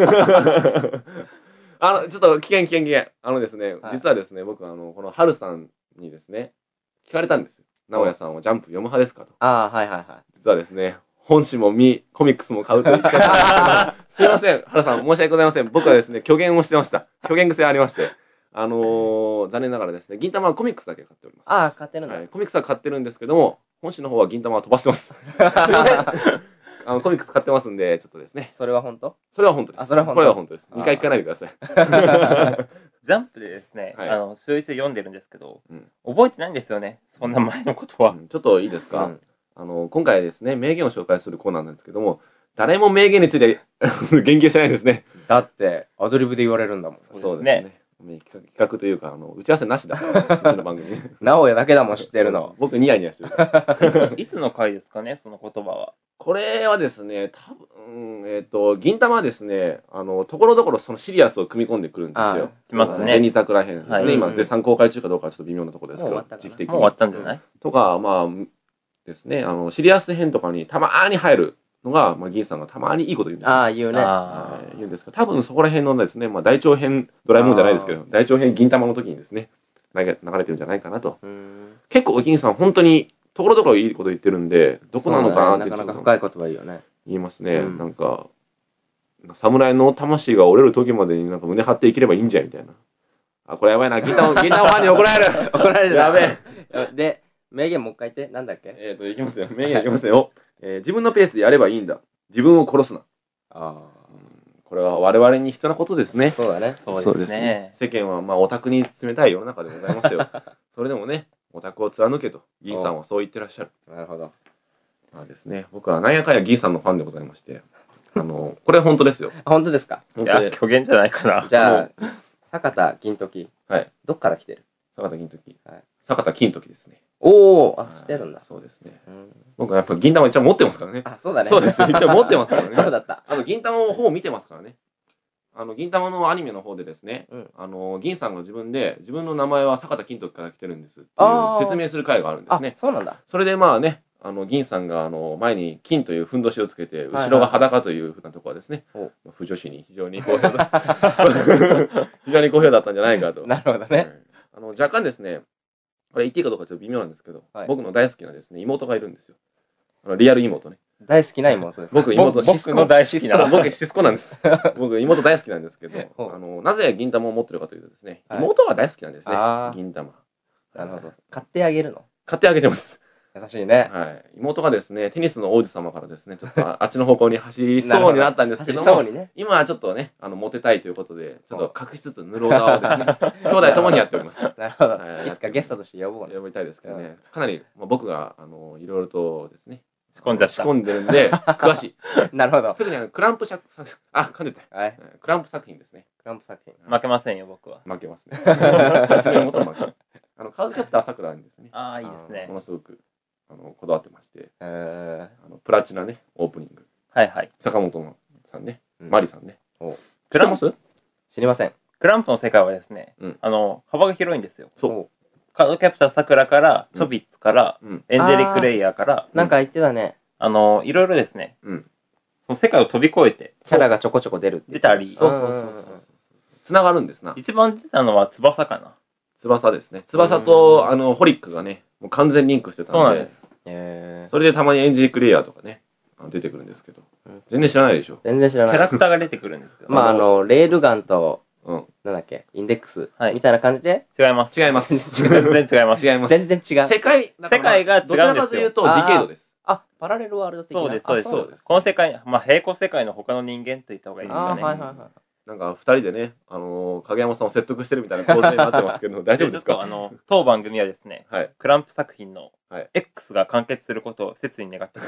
A: あの、ちょっと危険危険危険。あのですね、はい、実はですね、僕あの、この春さんにですね、聞かれたんですよ。直哉さんはジャンプ読む派ですかと。
B: ああ、はいはいはい。
A: 実はですね、本誌も見、コミックスも買うと言っちゃったんですけど、すいません、春さん、申し訳ございません。僕はですね、虚言をしてました。虚言癖ありまして。あのー、残念ながらですね、銀玉はコミックスだけ買っております。
B: ああ、買ってるんだ、
A: はい。コミックスは買ってるんですけども、本誌の方は銀玉は飛ばしてます。すいません。あの、コミックス買ってますんで、ちょっとですね。
B: それは本当？
A: それは本当です。
B: あ、それは本当。
A: これは本当です。にかい聞かないでください。
C: ジャンプでですね、はい、あの、週一で読んでるんですけど、うん、覚えてないんですよね。そんな前のことは。うん、
A: ちょっといいですか、うん、あの、今回ですね、名言を紹介するコーナーなんですけども、誰も名言について言及してないですね。
B: だって、アドリブで言われるんだもん。
A: そうですね。企画というか、あの、打ち合わせなしだから、うちの番組。
B: 直哉だけだもん知ってるの。
A: 僕ニヤニヤしてる。
C: いつの回ですかね、その言葉は。
A: これはですね、多分、えっと、銀玉はですね、あの、ところどころそのシリアスを組み込んでくるんですよ。
C: きますね。
A: 紅桜編ですね。今、絶賛公開中かどうかはちょっと微妙なところですけど、
C: 時期的に。もう終わったんじゃない？
A: とか、まあ、ですね、あの、シリアス編とかにたまーに入るのが、まあ、銀さんがたまにいいこと言うんですよ。
B: ああ、言うね。
A: あ言うんですけど、多分そこら辺のですね、まあ、大長編、ドラえもんじゃないですけど、大長編銀玉の時にですね、流れてるんじゃないかなと。結構、銀さん本当に、ところどころいいこと言ってるんで、どこなのかなって、
B: ね、なかなか深い言葉いいよね。
A: 言いますね。うん、なんか、侍の魂が折れる時までになんか胸張って生きればいいんじゃいみたいな。あ、これやばいな。銀玉、銀玉ファンに怒られる
B: 怒られる。
A: やべ
B: え。で、名言もう一回言って。なんだっけ？
A: えっと、いきますよ。名言いきますよ。えー、自分のペースでやればいいんだ。自分を殺すな。ああ。これは我々に必要なことですね。
B: そうだね。
A: そうですね。世間はまあオタクに冷たい世の中でございますよ。それでもね、オタクを貫けと、銀さんはそう言ってらっしゃる。
B: なるほど。
A: まあですね、僕はなんやかんや銀さんのファンでございまして、あの、これ本当ですよ。
B: 本当ですか？
C: いや、虚言じゃないかな。
B: じゃあ、坂田銀時。
A: はい。
B: どっから来てる？
A: 坂田銀時。はい。坂田金時ですね。
B: おお、あ、知ってるんだ。
A: そうですね。僕はやっぱ銀玉一応持ってますからね。
B: あ、そうだね。
A: そうです。一応持ってますからね。
B: そうだった。
A: あの、銀玉をほぼ見てますからね。あの、銀玉のアニメの方でですね、うん、あの、銀さんが自分で、自分の名前は坂田金時から来てるんですっていう説明する回があるんですね。
B: あ、そうなんだ。
A: それでまあね、 あの、銀さんが、あの、前に金というふんどしをつけて、後ろが裸というふうなところはですね、不女子に非常に好評だ。非常に好評だったんじゃないかと。
B: なるほどね。
A: あの、若干ですね、これ言っていいかどうかちょっと微妙なんですけど、僕の大好きなですね、妹がいるんですよ。あの、リアル妹ね。
B: 大好きな妹ですか？
A: 僕、妹、
C: 僕の大好きな。
A: 僕、シスコなんです。僕、妹大好きなんですけど、あの、なぜ銀玉を持ってるかというとですね、妹が大好きなんですね、銀玉。
B: なるほど。買ってあげるの？
A: 買ってあげてます。
B: 優しいね。
A: はい。妹がですね、テニスの王子様からですね、ちょっとあっちの方向に走りそうになったんですけども、ね、今はちょっとね、あの、モテたいということで、ちょっと隠しつつ、ヌローダーをですね、兄弟ともにやっております。
B: なるほど。はい、いつかゲストとして呼ぼうね。
A: 呼びたいですけどね、かなり、まあ、僕が、あの、いろいろとですね、
C: 仕込んじゃった。
A: 仕込んでるんで、詳しい。
B: なるほど。
A: 特にあの、クランプ作、あ、噛んでた。はい。クランプ作品ですね。
B: クランプ作品。
C: 負けませんよ、僕は。
A: 負けますね。うちの妹も負ける。あの、カードキャプターさくらにですね。
C: ああ、いいですね。
A: ものすごく。あのこだわってまして、えー、あのプラチナねオープニング、
C: はいはい、
A: 坂本さんね、うん、マリさんね、
B: 知ってます？知りません。
C: クランプの世界はですね、うん、あの幅が広いんですよ。
A: そう。
C: カードキャプターさくらから、チョビッツから、うん、エンジェリックレイヤーから、
B: なんか言ってたね。
C: あのいろいろですね、うん、その世界を飛び越えて
B: キャラがちょこちょこ出る
C: 出たり、
A: そうそうそうそう、つながるんですな。
C: 一番出たのは翼かな。
A: 翼ですね。翼とあのホリックがね、もう完全リンクしてたんで。
C: そうなんです。
A: えー、それでたまにエンジェリックレイヤーとかね、出てくるんですけど、うん、全然知らないでしょ。
B: 全然知らない。
C: キャラクターが出てくるんですけど。
B: まああのレールガンと、うん、なんだっけインデックス、はい、みたいな感じで
C: 違います。
A: 違います。
C: 全然違います。
A: 違います。
B: 全然違う。
A: 世界
C: 世界が違うんですよ。
A: どちらかというとディケードです。
B: あ、パラレルワールド的な。
C: そうですそうですそうです。この世界、まあ平行世界の他の人間と言った方がいいですかね。
B: はいはいはい。
A: なんか二人でね、あのー、影山さんを説得してるみたいな構図になってますけど、大丈夫ですか？
C: ちょっとあの、当番組はですね、はい、クランプ作品の X が完結することを切に願ってます。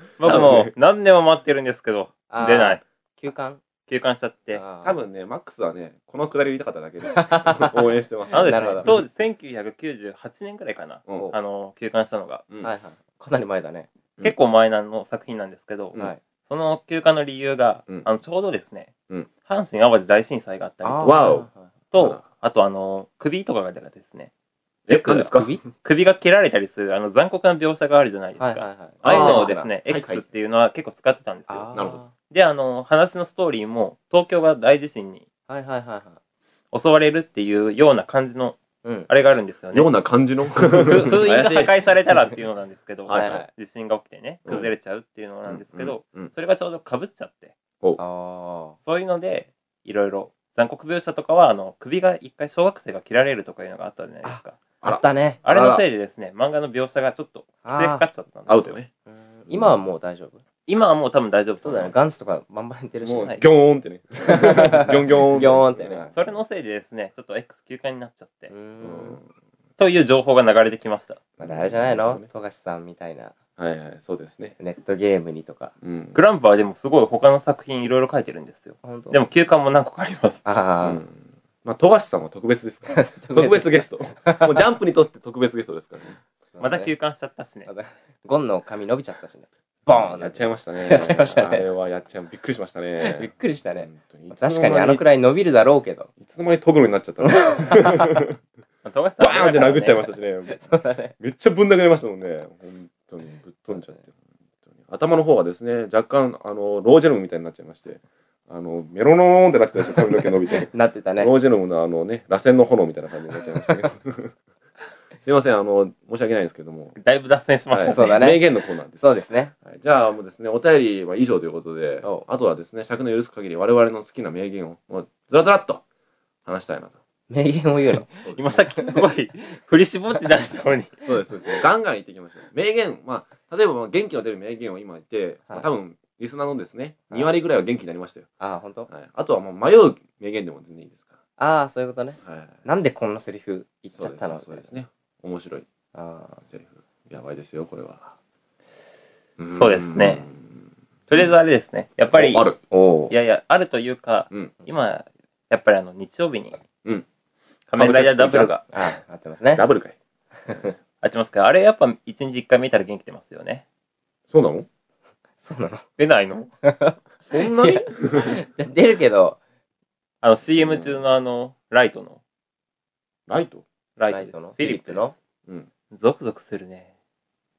C: 僕も何年も待ってるんですけど、出ない。
B: 休館
C: 休館しちゃって。
A: 多分ね、マックスはね、このくだりを言いたかっただけで応援してます。
C: あのですね、当時せんきゅうひゃくきゅうじゅうはちねんくらいかな、うん、あの、休館したのが。
B: うん、はいはい。かなり前だね。
C: 結構前なの作品なんですけど、うん、その休館の理由が、うん、あの、ちょうどですね、うん、阪神淡路大震災があったりとか、と、あとあの、首とかがですね、
A: え、何ですか？
C: 首首が切られたりする、あの、残酷な描写があるじゃないですか。はいはいはい、ああいうのをですね、X っていうのは結構使ってたんですよ。
A: なるほど。
C: で、あの、話のストーリーも、東京が大地震に襲われるっていうような感じの、あれがあるんですよね。
A: ような感じの
C: 封印が破壊されたらっていうのなんですけど、はいはい、地震が起きてね、崩れちゃうっていうのなんですけど、うんうんうん、それがちょうど被っちゃって、そういうので、いろいろ、残酷描写とかは、あの、首が一回小学生が切られるとかいうのがあったじゃないですか。
B: あったね。
C: あれのせいでですね、漫画の描写がちょっと規制かかっちゃったんですよ。
A: アウトね。
B: 今はもう大丈夫？
C: 今はもう多分大丈夫。
B: そうだね。ガンツとかバンバン言ってるし。
A: もうギョーンってね。ギョンギョーン。
B: ギョーンってね。
C: それのせいでですね、ちょっと X 休館になっちゃって。という情報が流れてきました。
B: まだあれじゃないの？富樫さんみたいな。
A: はいはい、そうですね。
B: ネットゲームにとか。
C: グランプはでもすごい他の作品いろいろ書いてるんですよ。でも休館も何個かあります。
B: ああ。
A: まあ、富樫さんは特別ですから。特別ゲスト。もうジャンプにとって特別ゲストですからね。
C: また休館しちゃったしね。
B: ゴンの髪伸びちゃったしね。
A: ボーンやっちゃいましたね。
B: やっちゃいましたね。
A: あれはやっちゃい、びっくりしましたね。
B: びっくりしたね。確かにあのくらい伸びるだろうけど。
A: いつの間にトグロになっちゃったの。バーンって殴っちゃいましたしね。めっちゃぶん殴れましたもんね。本当にぶっ飛んじゃって。頭の方がですね、若干、あの、ロージェノムみたいになっちゃいまして。あの、メロノーンってなってたでしょ、髪の毛伸びて。
B: なってたね。
A: ロージェノムのあのね、螺旋の炎みたいな感じになっちゃいましたけど。すいません、あの、申し訳ないんですけども。
C: だいぶ脱線しましたね。
B: そうだね。
A: 名言のコーナーです。
B: そうですね。
A: じゃあもうですね、お便りは以上ということで、あとはですね、尺の許す限り我々の好きな名言を、もうずらずらっと話したいなと。
B: 名言を言うの
C: 今さっきすごい振り絞って出したのに。
A: そうです、そうです。ガンガン言っていきましょう。名言、まあ、例えば元気の出る名言を今言って、まあ、多分、リスナーのですね、に割ぐらいは元気になりましたよ。
B: ああ、本当？
A: はい。あとはもう迷う名言でも全然いいですから。
B: ああ、そういうことね。はい。なんでこんなセリフ言っちゃったの？
A: そうですね。面白い。ああ、セリフ。やばいですよ、これは。
C: そうですね。とりあえずあれですね。やっぱり、
A: ある。
C: いやいや、あるというか、今、やっぱりあの、日曜日に、仮面ライダーダブルが、
B: ああ、合ってますね。
A: ダブルかい。
C: 合ってますか？あれやっぱ一日一回見たら元気出ますよね。
A: そうなの？
B: そうなの？
C: 出ないの？
A: そんなに
B: 出るけど、
C: あの シーエム 中のあの、ライトの。
A: ライト？
C: ライトの。フィリップの。うん。ゾクゾクするね。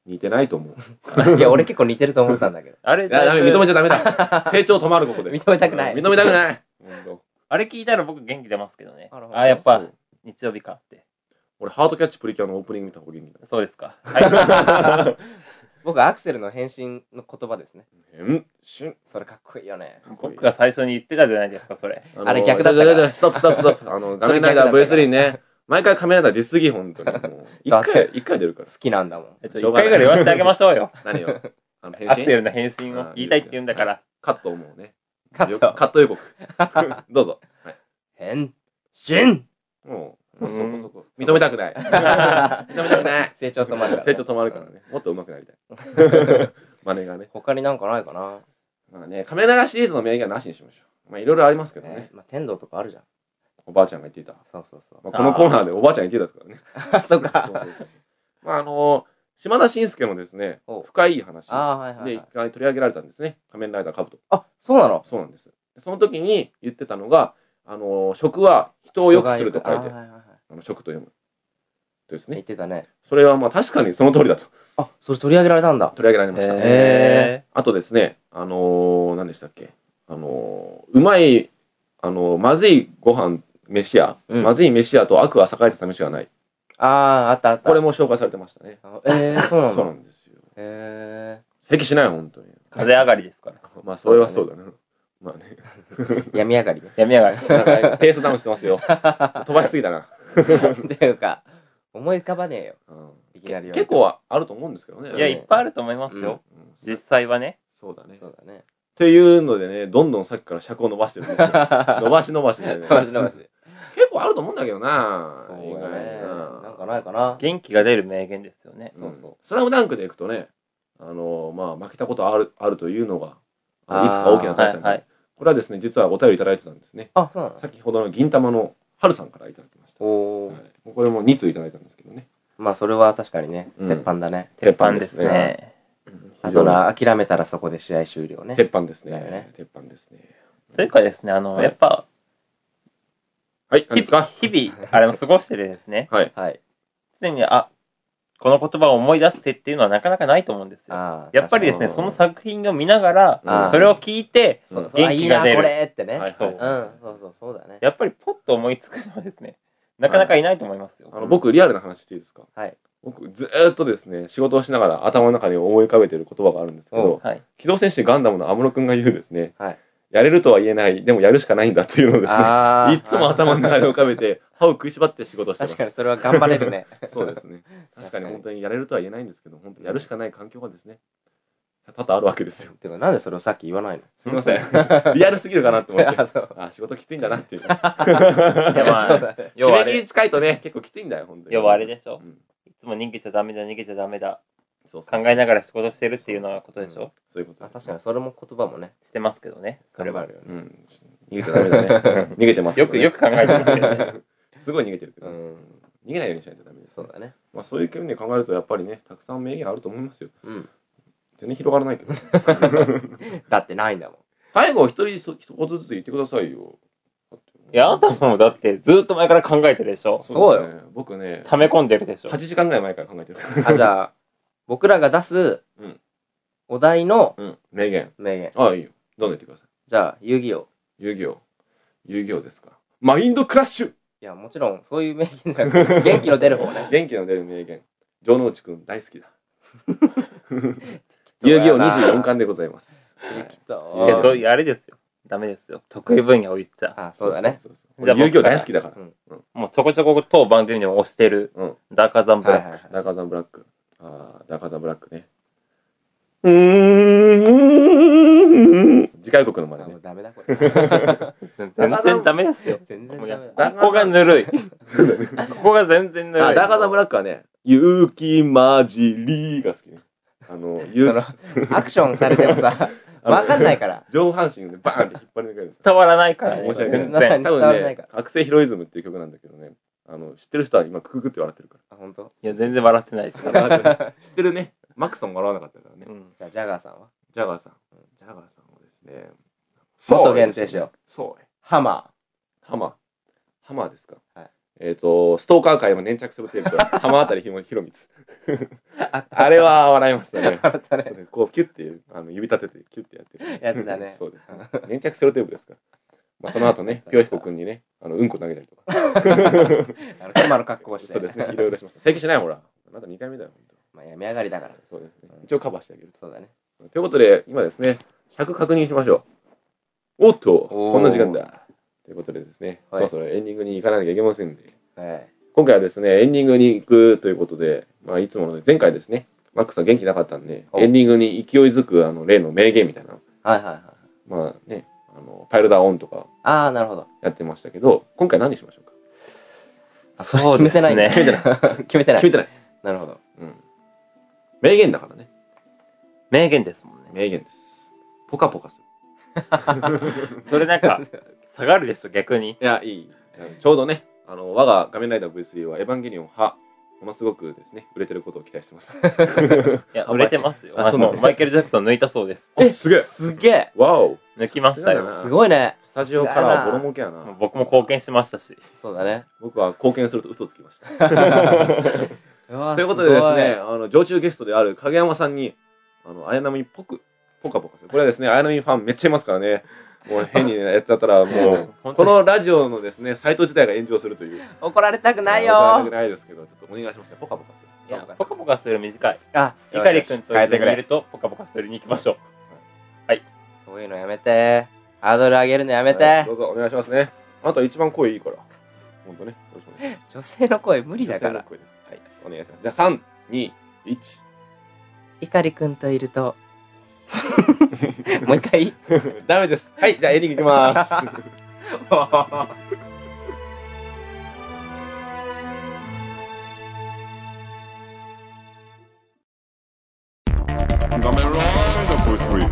A: 似てないと思
B: う。いや、俺結構似てると思ったんだけど。
C: あれ、
A: ダメ、認めちゃダメだ。成長止まる、ここで。
B: 認めたくない。
A: 認めたくない。
C: あれ聞いたら僕元気出ますけどね。あ、やっぱ、日曜日かって。
A: 俺、ハートキャッチプリキュアのオープニング見た方が元気だ。
C: そうですか。はい。
B: 僕、アクセルの変身の言葉ですね。
A: 変身
B: それかっこいいよね。
C: 僕が最初に言ってたじゃないですか、それ。
B: あれ逆だったから。
A: ストップストップストップ。あの、仮面ライダー ブイスリー ね。毎回仮面ライダー出すぎ、ほんとに。もう。一回、一回出るから。
B: 好きなんだもん。
C: 一回ぐらい言わせてあげましょうよ。
A: 何をあの、変身
C: アクセルの変身を言いたいって言うんだから。
A: カット思うね。
B: カット。
A: カット予告。どうぞ。
B: 変身
A: もう、そこそこ。認めたくない。認めたくない。
B: 成長止まるから。
A: 成長止まるからね。もっと上手くなりたい。真似がね。
B: 他になんかないかな。
A: まあね、仮面ライダーシリーズの名言はなしにしましょう。まあいろいろありますけどね。
B: まあ天童とかあるじゃん。
A: おばあちゃんが言っていた。
B: そうそうそう。
A: まあこのコーナーでおばあちゃん言ってたですからね。
B: そうか。
A: そうそうそう。まああの、島田紳介のですね、深い話で一回取り上げられたんですね。仮面ライダーカブト。
B: あ、そうなの？
A: そうなんです。その時に言ってたのが、あの、食は人を良くすると書いて、あの食と読む。ですね。
B: 言ってたね。
A: それはまあ確かにその通りだと。
B: あ、それ取り上げられたんだ。
A: 取り上げられました。
B: へ
A: あとですね、あのー、何でしたっけ、あのー、うまい、あのー、まずいご飯、飯屋、うん、まずい飯屋と悪は栄えた飯がない。
B: ああ、あったあった。
A: これも紹介されてましたね。
B: えー、そうなんだ。
A: そうなんですよ。
B: へえ。
A: 咳しない、本当に。
C: 風上がりですから。
A: まあ、それはそうだね。まあね。
B: 病み上がりね。
C: 病み上がり。
A: ペースダウンしてますよ。飛ばしすぎだな。
B: っていうか、思い浮かばねえよ。いきなり。
A: 結構あると思うんですけどね。
C: いや、いっぱいあると思いますよ。実際はね。
A: そうだね。
B: そうだね。
A: というのでね、どんどんさっきから尺を伸ばしてるんですよ。伸ばし伸ばしでね。
B: 伸ばし伸ばし。
A: 結構あると思うんだけどな。
B: そうね。なんかないかな。
C: 元気が出る名言ですよね。
A: そうそう。スラムダンクでいくとね、あの、まあ、負けたことある、あるというのが、いつか大きな財産で。これはですね、実はお便りいただいてたんですね。
B: あ、そうなの？
A: 先ほどの銀玉の春さんからいただきました。おー。これもに通いただいたんですけどね。
B: まあ、それは確かにね、鉄板だね。
C: 鉄板ですね。
B: あとな、諦めたらそこで試合終了ね。
A: 鉄板ですね。鉄板ですね。
C: というかですね、あの、やっぱ、
A: はい、何ですか？
C: 日々、あれも過ごしててですね。
A: はい。
C: 常に、あ、この言葉を思い出してっていうのはなかなかないと思うんですよ。やっぱりですね、その作品を見ながら、それを聞いて、元気が出る。
B: これってね。
C: そう。
B: うん、そうそう、そうだね。
C: やっぱりポッと思いつくのはですね、なかなかいないと思いますよ。
A: あの、僕、リアルな話していいですか？
B: はい。
A: 僕、ずーっとですね、仕事をしながら頭の中に思い浮かべている言葉があるんですけど、機動戦士ガンダムの安室くんが言うですね、やれるとは言えない、でもやるしかないんだっていうのをですね、いつも頭の中に浮かべて、歯を食いしばって仕事してます。
B: 確かにそれは頑張れるね。
A: そうですね。確かに本当にやれるとは言えないんですけど、本当にやるしかない環境がですね、多々あるわけですよ。
B: てか、なんでそれをさっき言わないの？
A: すみません。リアルすぎるかなって思って。あ、仕事きついんだなっていう。いや、まあ、締め切り近いとね、結構きついんだよ、本当に。
C: 要はあれでしょ。いつも逃げちゃダメだ、逃げちゃダメだ。考えながら仕事してるっていうのはことでしょ。
A: そういうこと。
B: 確かにそれも言葉もね、
C: してますけどね。
B: それはあるよね。
A: 逃げちゃダメだね。逃げてます
C: よく、よく考えてますけどね。
A: すごい逃げてるけど。逃げないようにしないとダメです。
B: そうだね。ま
A: あそういう意味で考えると、やっぱりね、たくさん名言あると思いますよ。うん。全然広がらないけど。
B: だってないんだもん。
A: 最後一人一言ずつ言ってくださいよ。
C: いや、あなたもだってずっと前から考えてるでしょ。
A: そうよ。僕ね。
C: 溜め込んでるでしょ。
A: はちじかんぐらい前から考えてる。
B: あ、じゃあ、僕らが出す、お題の、
A: 名言。
B: 名言。
A: ああ、いいよ。どうぞ言ってください。
B: じゃあ、遊戯王。
A: 遊戯王。遊戯王ですか。マインドクラッシュ。
B: いや、もちろん、そういう名言じゃなくて、元気の出る方ね。
A: 元気の出る名言。城之内くん大好きだ。遊戯王にじゅうよんかんでございます。
C: いや、そういう、あれですよ。ダメですよ。得意分野を言っちゃ。
B: あ、そうだね。
A: 遊戯王大好きだから。
C: もうちょこちょこ当番組でも推してる、ダーカーザンブラック。
A: ダーカーザンブラック。ああ、ダーカーザンブラックね。うーん。次回国のまでね。
B: ダメだこれ。
C: 全然ダメですよ。
B: 全然ダメ。
C: ここがぬるい。ここが全然ぬるい。
A: あ、ダーカーザンブラックはね、勇気混じりが好きね。あの、
B: 勇気。アクションされてもさ、わかんないから。
A: 上半身でバーンって引っ張り抜けるんです。
C: 伝わらないからね。
A: 申し訳ない。多分ね、覚醒ヒロイズムっていう曲なんだけどね、あの、知ってる人は今クククって笑ってるから。
B: あ、本当？
C: いや、全然笑ってないです。
A: 知ってるね。マックスも笑わなかったからね。
B: じゃあ、ジャガーさんは
A: ジャガーさん。ジャガーさんはですね、
B: もっと限定しよう。
A: そう。
B: ハマ
A: ー。ハマー。ハマーですか。
B: はい。
A: えっと、ストーカー界の粘着セロテープと浜辺ひろみつ。あれは笑いましたね。
B: 笑ったね。
A: こう、キュッて、あの指立てて、キュッてやってる。
B: やってたね。
A: そうですね。粘着セロテープですから。まあ、その後ね、ぴょうひこくんにね、あの、うんこ投げたりとか。あ
B: の、熊の格好をして。
A: そうですね。いろいろしました。正規しないほら。まだにかいめだよ、ほんと。
B: まあ、病み上がりだから。
A: そうですね。一応カバーしてあげる。
B: そうだね。
A: ということで、今ですね、ひゃく確認しましょう。おっと、こんな時間だ。ということでですね、そろそろエンディングに行かなきゃいけませんで。はい。今回はですね、エンディングに行くということで、まあ、いつもの前回ですね、マックさん元気なかったんで、エンディングに勢いづく、あの、例の名言みたいな。はいはいはい。まあね、あの、パイルダーオンとか。ああ、なるほど。やってましたけど、今回何しましょうか。
B: あ、そうですね。
A: 決めてない。
B: 決めてない。
A: 決めてない。
B: なるほど。
A: うん。名言だからね。
C: 名言ですもんね。
A: 名言です。ポカポカす
C: る。それなんか、下がるでしょ、逆に。い
A: や、いい。ちょうどね、あの、我が画面ライダー ブイスリー はエヴァンゲリオン派、ものすごくですね、売れてることを期待してます。
C: いや、売れてますよ。あの、マイケル・ジャクソン抜いたそうです。
A: え、すげえ。
B: すげえ。
A: わお。
C: 抜きましたよ。
B: すごいね。
A: スタジオからはボロ儲けやな。
C: 僕も貢献しましたし。
B: そうだね。
A: 僕は貢献すると嘘つきました。ということでですね、あの、常駐ゲストである影山さんに、あの、綾波っぽく、ポカポカする。これはですね、綾波ファンめっちゃいますからね。もう変にやっちゃったら、もう、このラジオのですね、サイト自体が炎上するという。
B: 怒られたくないよー。
A: 怒られたくないですけど、ちょっとお願いしますね。ポカポカする。
C: いや、ポカポカする短い。
B: あ、
C: イカリ君と一緒にいると、ポカポカするに行きましょう。はい。
B: そういうのやめて。ハードル上げるのやめて。
A: どうぞお願いしますね。あなた一番声いいから。ほんとね。
B: 女性の声無理だから。
A: 女性の声です。はい。お願いします。じゃあ、さん、に、いち。
B: イカリ君といると。もう一回
A: ダメです。はい、じゃあエンディングいきまーす。画面ライダーボイスリ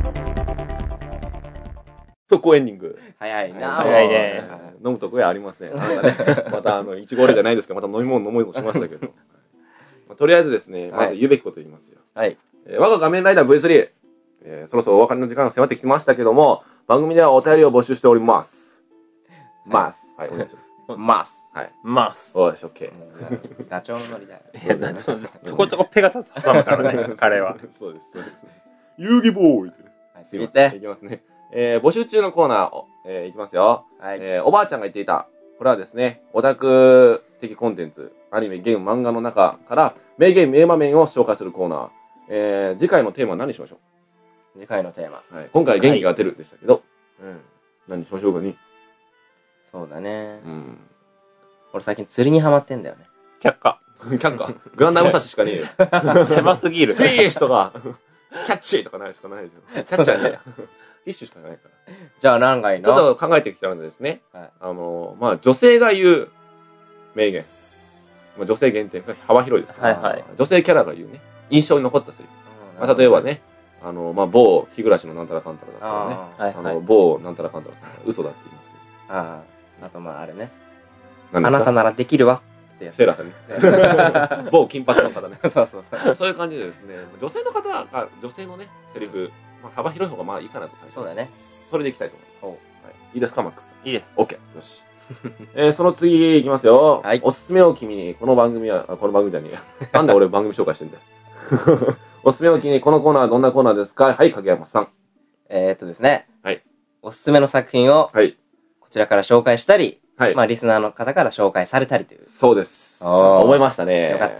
A: ー。速攻エンディング。
B: 早いな。
C: 早いね。
A: 飲むとこやありません。またあの、いちごれじゃないですけど、また飲み物飲もうとしましたけど。とりあえずですね、まず言うべきこと言いますよ。はい。我が画面ライダー ブイスリー。えー、そろそろお別れの時間が迫ってきましたけども、番組ではお便りを募集しております。ます。はい、お願いします。ます。はい。
C: ます。
A: おいし、オッケ
B: ー。ダチョウのノリだよ。
C: いや、ダチョウ、ちょこちょこペガサス挟むからね、彼は。
A: そうです、そうです。遊戯ボーイって。はい、すいません。いきますね。えー、募集中のコーナー、えー、いきますよ。はい。えー、おばあちゃんが言っていた。これはですね、オタク的コンテンツ、アニメ、ゲーム、漫画の中から、名言、名場面を紹介するコーナー。えー、次回のテーマは何にしましょう？
B: 次回のテーマ。
A: はい。今回元気が出るでしたけど。うん。何にしましょうかに。
B: そうだね。うん。俺最近釣りにハマってんだよね。
C: 却下。
A: 却下。グランダムサシしかねえよ。
C: 狭すぎる。
A: フィッシュとか、キャッチーとかないしかないじゃん。キャッチャーね。フィッシュしかないから。
B: じゃあ何がいいの？
A: ちょっと考えてきたのでですね。はい。あの、まあ、女性が言う名言。まあ、女性限定、幅広いですから。はいはい。女性キャラが言うね。印象に残ったセリフ。まあ、例えばね。あの、まあ、某日暮のなんたらかんたらだったらね。あ,、はいはい、あの、某なんたらかんたらさん嘘だって言いますけど。ああ。あと、まあ、あれね。あなたならできるわ。ってセーラーさんね。某金髪の方ね。そうそうそう。そういう感じでですね、女性の方が、女性のね、セリフ、まあ、幅広い方がまあいいかなと最初。そうだね。それでいきたいと思います。はい、いいですか、マックス。
C: いいです。
A: オッケー。よし。えー、その次いきますよ。はい。おすすめを君に、この番組は、この番組じゃねえや。なんで俺番組紹介してんだよ。おすすめを君に、このコーナーはどんなコーナーですか？はい、影山さん。えー、っとですね。はい。おすすめの作品を、はい。こちらから紹介したり、はい。まあ、リスナーの方から紹介されたりという。そうです。思いましたね。よかった。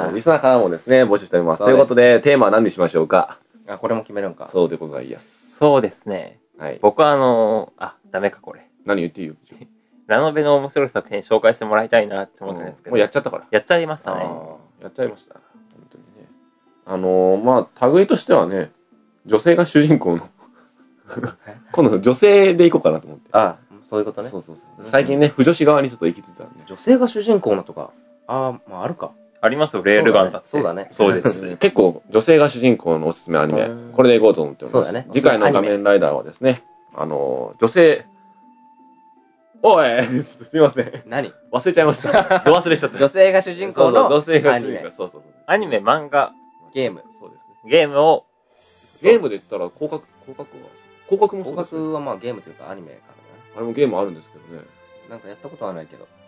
A: リスナーからもですね、募集しております。ということで、テーマは何にしましょうか？あ、これも決めるんか。そうでございます。
C: そうですね。はい。僕はあのー、あ、ダメか、これ。
A: 何言っていいよ。
C: ラノベの面白い作品紹介してもらいたいなって思ったんですけど。
A: もうやっちゃったから。
C: やっちゃいましたね。
A: やっちゃいました。本当にね。あのー、まあ、類としてはね、女性が主人公の今度女性でいこうかなと思って。ああ、そういうことね。そうそうそう。最近ね、不女子側にちょっと行きつつあるね。女性が主人公のとか、ああ、まああるか。
C: ありますよ、レールガンだって。
A: そうだね。そうです。結構、女性が主人公のおすすめアニメ、これでいこうと思っております。そうだね。次回の画面ライダーはですね、あのー、女性、おいすみません。何忘れちゃいました。ど忘れしちゃった。女性が主人公の女性が主人公。そうそうそう。
C: アニメ、漫画、
B: ゲーム。
A: そうですね。
C: ゲームを、
A: ゲームで言ったら、広角、広角は広角もそうです。
B: 広角はまあゲームというかアニメからね。
A: あれもゲームあるんですけどね。
B: なんかやったことはないけど。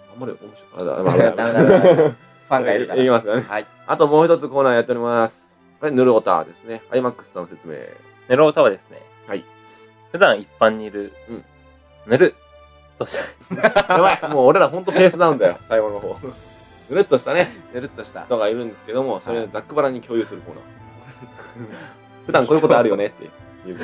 A: あんまり面白い。あ、ダメだ。
B: ダメだ。ファンがいるから。
A: いきますかね。はい。あともう一つコーナーやっております。これ、ヌルオタですね。アイマックスさんの説明。
C: ヌルオタはですね。
A: はい。
C: 普段一般にいる、うん。ぬるっとした。
A: やばい。もう俺らほんとペースダウンだよ。最後の方。ぬるっとしたね。
B: ぬるっとした。
A: 人がいるんですけども、それをざっくばらんに共有するコーナー。普段こういうことあるよねっていう。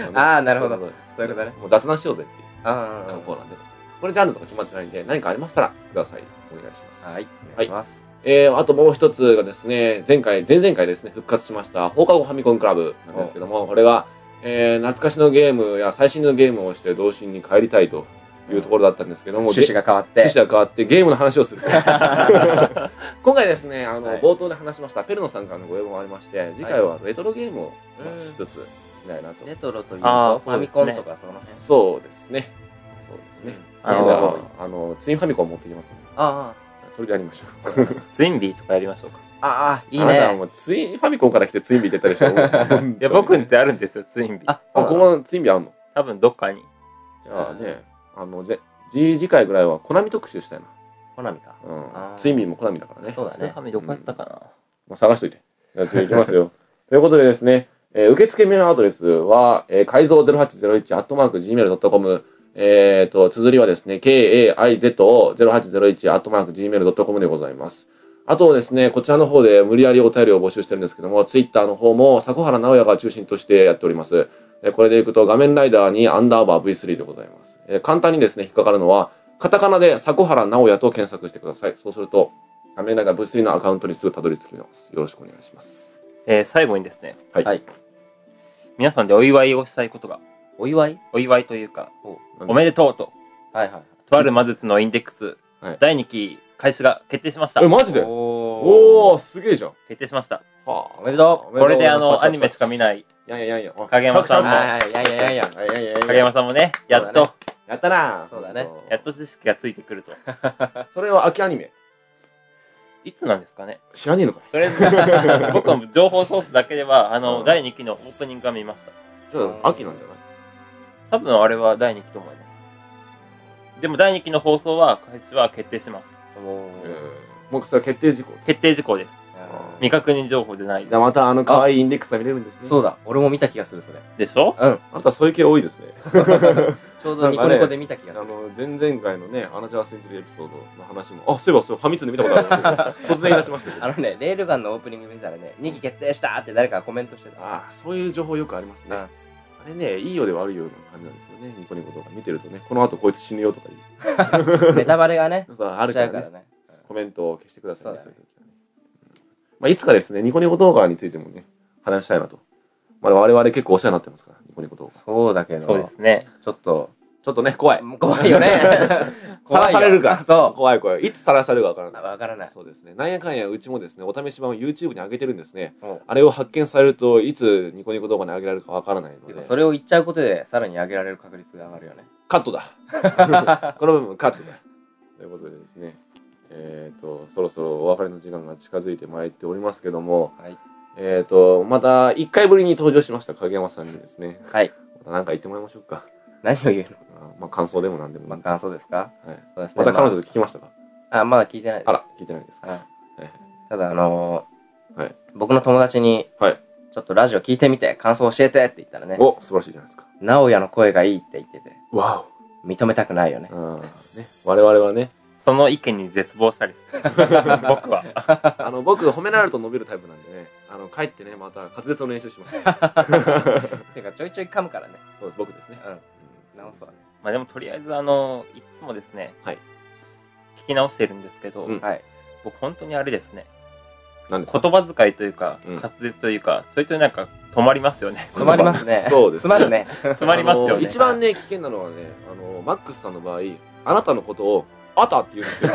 B: ああ、なるほど。そういうことね。
A: もう雑談しようぜっていう。ああ。コーナーで。これジャンルとか決まってないんで、何かありましたらください。お願いします。
B: はい。お願いします。
A: えー、あともう一つがですね、前回、前々回ですね、復活しました放課後ファミコンクラブなんですけども、これは、えー、懐かしのゲームや最新のゲームをして童心に帰りたいというところだったんですけども、
B: 趣旨が変わって。
A: 趣旨が変わってゲームの話をする。今回ですね、あの、はい、冒頭で話しましたペルノさんからのご要望がありまして、次回はレトロゲームを一つしたいなと。
B: レトロというと、ファミコンとかその辺。
A: そうですね。そうですね。あの、あのツインファミコン持ってきますので。ああ。それでやりましょう。
C: ツインビーとかやりましょうか。
B: ああ、いいね。
A: あなたはもうツインファミコンから来てツインビー出たでしょ。
C: いや、僕んちあるんですよ、ツインビー。
A: あ、ここツインビーあんの？
C: 多分どっかに。
A: じゃあね、あの、じ、次回ぐらいはコナミ特集したいな。
B: コナミか。
A: うん。ツインビーもコナミだからね。
B: そうだね。
C: ファミどこやったかな。
A: まあ探しといて。じゃあ次行きますよ。ということでですね、えー、受付メールアドレスは、えー、改造ゼロはちゼロいちアットマークジーメールドットコム、えっと、綴りはですね、ケーエーアイゼットオーゼロはちゼロいちアットマークジーメールドットコム でございます。あとですね、こちらの方で無理やりお便りを募集してるんですけども、ツイッターの方も、迫原直也が中心としてやっております。これでいくと、画面ライダーにアンダーバー ブイスリー でございます。えー、簡単にですね、引っかかるのは、カタカナで迫原直也と検索してください。そうすると、画面ライダー ブイスリー のアカウントにすぐたどり着きます。よろしくお願いします。
C: えー、最後にですね、
A: はい。はい、
C: 皆さんでお祝いをしたいことが。
B: お祝い
C: お祝いというか、お, おめでとうと。
B: はいはい。
C: とある魔術のインデックス、はい、だいにき開始が決定しました。
A: え、マジで？おー、すげえじゃん。
C: 決定しました。
B: はあ、おめでと
C: う。これであの、アニメしか見ない。
A: やんややんや。
C: 影山さんも。
B: やんややんややん。
C: 影山さんもね、やっと。
A: やったな。
B: そうだね。
C: やっと知識がついてくると。
A: それは秋アニメ。
C: いつなんですかね。
A: 知らねえのかい。
C: とりあえず、僕は情報ソースだけでは、あの、だいにきのオープニングが見ました。
A: じゃあ、秋なんじゃない？
C: 多分あれはだいにきと思います。でもだいにきの放送は、開始は決定します。
A: もうそれは決定事項？
C: 決定事項です。未確認情報じゃないです。
A: じゃあまたあの可愛いインデックスが見れるんですね。
B: そうだ。俺も見た気がする、それ。
C: でしょ？
B: うん。
A: あなたそういう系多いですね。
B: ちょうどニコニコで見た気がする。
A: あの、前々回のね、アナジャーセンチュリーエピソードの話も、あ、そういえばそう、ファミ通で見たことある。突然言い出しましたけど。
B: あのね、レールガンのオープニング見たらね、にき決定したって誰かがコメントしてた。
A: ああ、そういう情報よくありますね。あれね、いいようで悪いような感じなんですよね。ニコニコとか見てるとね、この後こいつ死ぬよとか
B: いう。ネタバレがね、
A: そうあるからね。コメントを消してくださいね、そういう時はね。まあ、いつかですね、ニコニコ動画についてもね、話したいなと。まあ、我々結構お世話になってますから、ニコニコ動画。
B: そうだけど。
C: そうですね。
B: ちょっと、
A: ちょっとね、怖い。
B: 怖いよね。
A: さらされるか。
B: そう。
A: 怖い怖い。いつさらされるかわからない。
B: わからない。
A: そうですね。なんやかんや、うちもですね、お試し版を YouTube に上げてるんですね。あれを発見されると、いつニコニコ動画に上げられるかわからないので。
B: それを言っちゃうことで、さらに上げられる確率が上がるよね。
A: カットだ。この部分カットだ。ということでですね。えっと、そろそろお別れの時間が近づいてまいっておりますけども、はい、えっと、またいっかいぶりに登場しました影山さんにですね、
B: はい。
A: また何か言ってもらいましょうか。
B: 何を言うの？
A: まあ感想でも何でも。
B: まあ感想ですか？
A: はい。そうですね。また彼女と聞きましたか？
B: あ、まだ聞いてないです。
A: あら、聞いてないですか？はい。
B: ただあの
A: ー、はい。
B: 僕の友達に、
A: はい。
B: ちょっとラジオ聞いてみて、感想教えてって言ったらね。
A: お、素晴らしいじゃないですか。
B: 直哉の声がいいって言ってて。
A: わ
B: お。認めたくないよね。
A: うん。ね。我々はね。
C: その意見に絶望したりする。僕は。
A: あの、僕、褒められると伸びるタイプなんでね、あの、帰ってね、また滑舌の練習します。
B: てか、ちょいちょい噛むからね。
A: そうです、僕ですね。
B: うん。直すわね。
C: まあでも、とりあえず、あの、いつもですね、
A: はい。
C: 聞き直してるんですけど、
B: はい。
C: 僕、本当にあれですね。
A: 何ですか？
C: 言葉遣いというか、滑舌というか、ちょいちょいなんか止まりますよね。
B: 止まりますね。
A: そうです。
B: 詰まるね。
C: 詰まりますよね。
A: 一番ね、危険なのはね、あの、マックスさんの場合、あなたのことを、あたって言うんですよ。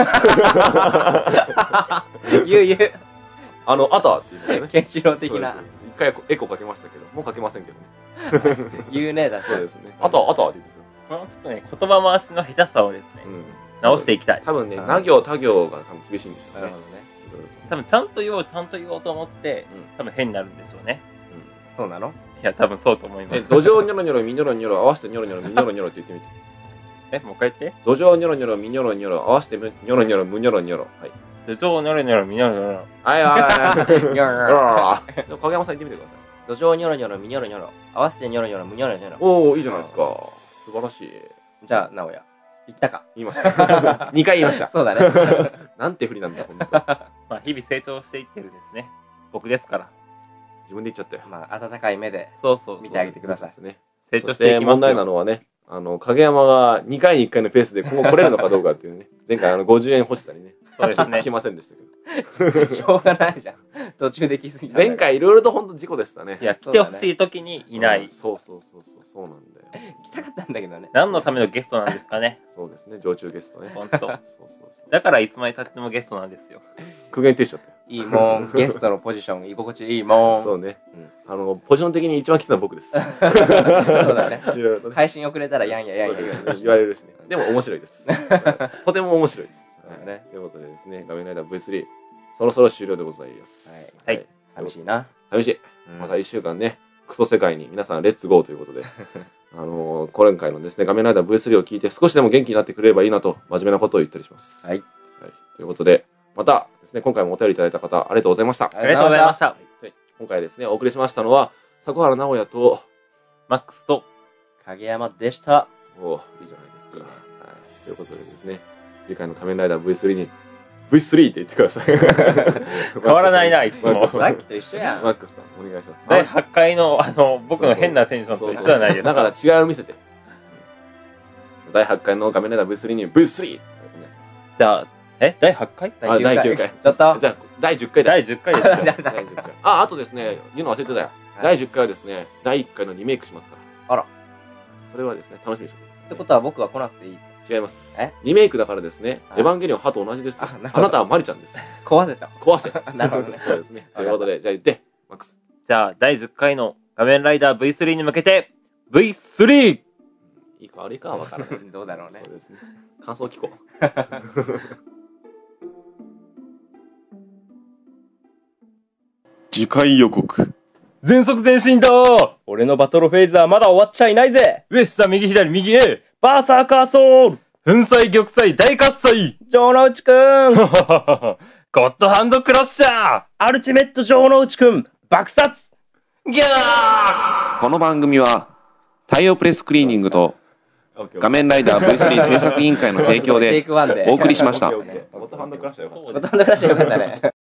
B: 言う言う。
A: あの、あたって言うんですよね。
B: ケンシロウ的な。
A: 一回エコかけましたけど、もうかけませんけどね。
B: 言うね、だ
A: そうですね。あた、あたって言うんですよ。
C: このちょっとね、言葉回しの下手さをですね、直していきたい。
A: 多分ね、な行、他行が多分厳しいんですよね。なるほどね。
C: 多分ちゃんと言おう、ちゃんと言おうと思って、多分変になるんでしょうね。
B: そうなの？
C: いや、多分そうと思います。
A: え、土壌ニョロニョロ、ミニョロニョロ、合わせてニョロニョロ、ミニョロニョロって言ってみて。
C: え、もう一回言って。
A: 土壌ニョロニョロ、ミニョロニョロ、合わせてニョロニョロ、ムニョロニョロ。はい。
C: 土壌ニョロニョロ、ミニョロニョロ。
A: はいはいはい。影山さん言ってみてください。
B: 土壌ニョロニョロ、ミニョロニョロ。合わせてニョロニョロ、ムニョロニョロ。
A: おー、いいじゃないですか。素晴らしい。
B: じゃあ、直哉。言ったか。
A: 言いました。にかい言いました。
B: そうだね。
A: なんて不利なんだ、ほんと。
C: まあ、日々成長していってるですね。僕ですから。
A: 自分で言っちゃったよ。
B: まあ、温かい目で。
C: そうそう。
B: 見てあげてください。
A: ね。
C: 成長していきますよ。
A: 問題なのはね、あの、影山がにかいにいっかいのペースで今後来れるのかどうかっていうね。前回あの、ごじゅうえん欲しさにね。
C: そうですね。
A: 来ませんでしたけど。
B: しょうがないじゃん。途中で気づいた。
A: 前回いろいろと本当事故でしたね。
C: いや、来てほしい時にいない。
A: そうそうそうそう、そうなんだよ。
B: 来たかったんだけどね。
C: 何のためのゲストなんですかね。
A: そうですね、常駐ゲストね。
C: 本当。そうそう
A: そう。
C: だからいつまで経ってもゲストなんですよ。
A: 苦言呈しちゃったよ。
B: いいもん、ゲストのポジション、居心地いいもん。
A: そうね。あの、ポジション的に一番きついのは僕です。そう
B: だね。
A: いろいろとね。
B: 配信遅れたらやんややんや
A: 言われるしね。でも面白いです。とても面白いです。
B: ね。
A: ということでですね、画面ライダー ブイスリー、そろそろ終了でございます。
C: はい。
B: 寂しいな。
A: 寂しい。また一週間ね、クソ世界に皆さんレッツゴーということで、あのー、今回のですね、画面ライダー ブイスリー を聞いて少しでも元気になってくれればいいなと、真面目なことを言ったりします。
B: はい。
A: はい。ということで、またですね、今回もお便りいただいた方、ありがとうございました。
C: ありがとうございました。
A: 今回ですね、お送りしましたのは、迫原直也と、
C: マックスと、
B: 影山でした。
A: おー、いいじゃないですか。はい。ということでですね、次回の仮面ライダー ブイスリー に、ブイスリー って言ってください。
C: 変わらないな、いつも。
B: さっきと一緒やん。
A: マックスさん、お願いします。
C: だいはちかいの、あの、僕の変なテンションと一緒じゃないですか。
A: だから違いを見せて。だいはちかいの画面ライダー ブイスリー に ブイスリー お願いします。
C: じゃあ、えだいはちかい
A: あ、だいきゅうかい。
B: ちょっと。
A: じゃあ、だいじゅっかいだ。
C: だいじゅっかいですよ。
A: だいじゅっかい。あ、あとですね、言うの忘れてたよ。だいじゅっかいはですね、だいいっかいのリメイクしますから。
B: あら。
A: それはですね、楽しみにしてください。
B: ってことは僕は来なくていい？
A: 違います。
B: え
A: リメイクだからですね、エヴァンゲリオン歯と同じですよ。あなたはマリちゃんです。
B: 壊せた。
A: 壊せ。
B: なるほどね。
A: そうですね。ということで、じゃあ言って、マックス。
C: じゃあ、だいじゅっかいの画面ライダー ブイスリー に向けて、ブイスリー!
A: いいか悪いかは分からない。
B: どうだろうね。
A: そうですね。感想聞こう。
D: 次回予告。
C: 全速前進だー俺のバトルフェーズはまだ終わっちゃいないぜ上下右左右 A バーサーカーソウル粉砕玉砕大喝采
B: 城之内くん
C: ゴッドハンドクラッシャー
B: アルティメット城之内くん爆殺
C: ギャー
A: この番組は、太陽プレスクリーニングと、画面ライダー ブイスリー 制作委員会の提供でお送りしました。
B: ゴッドハンドクラッシャーよかったね。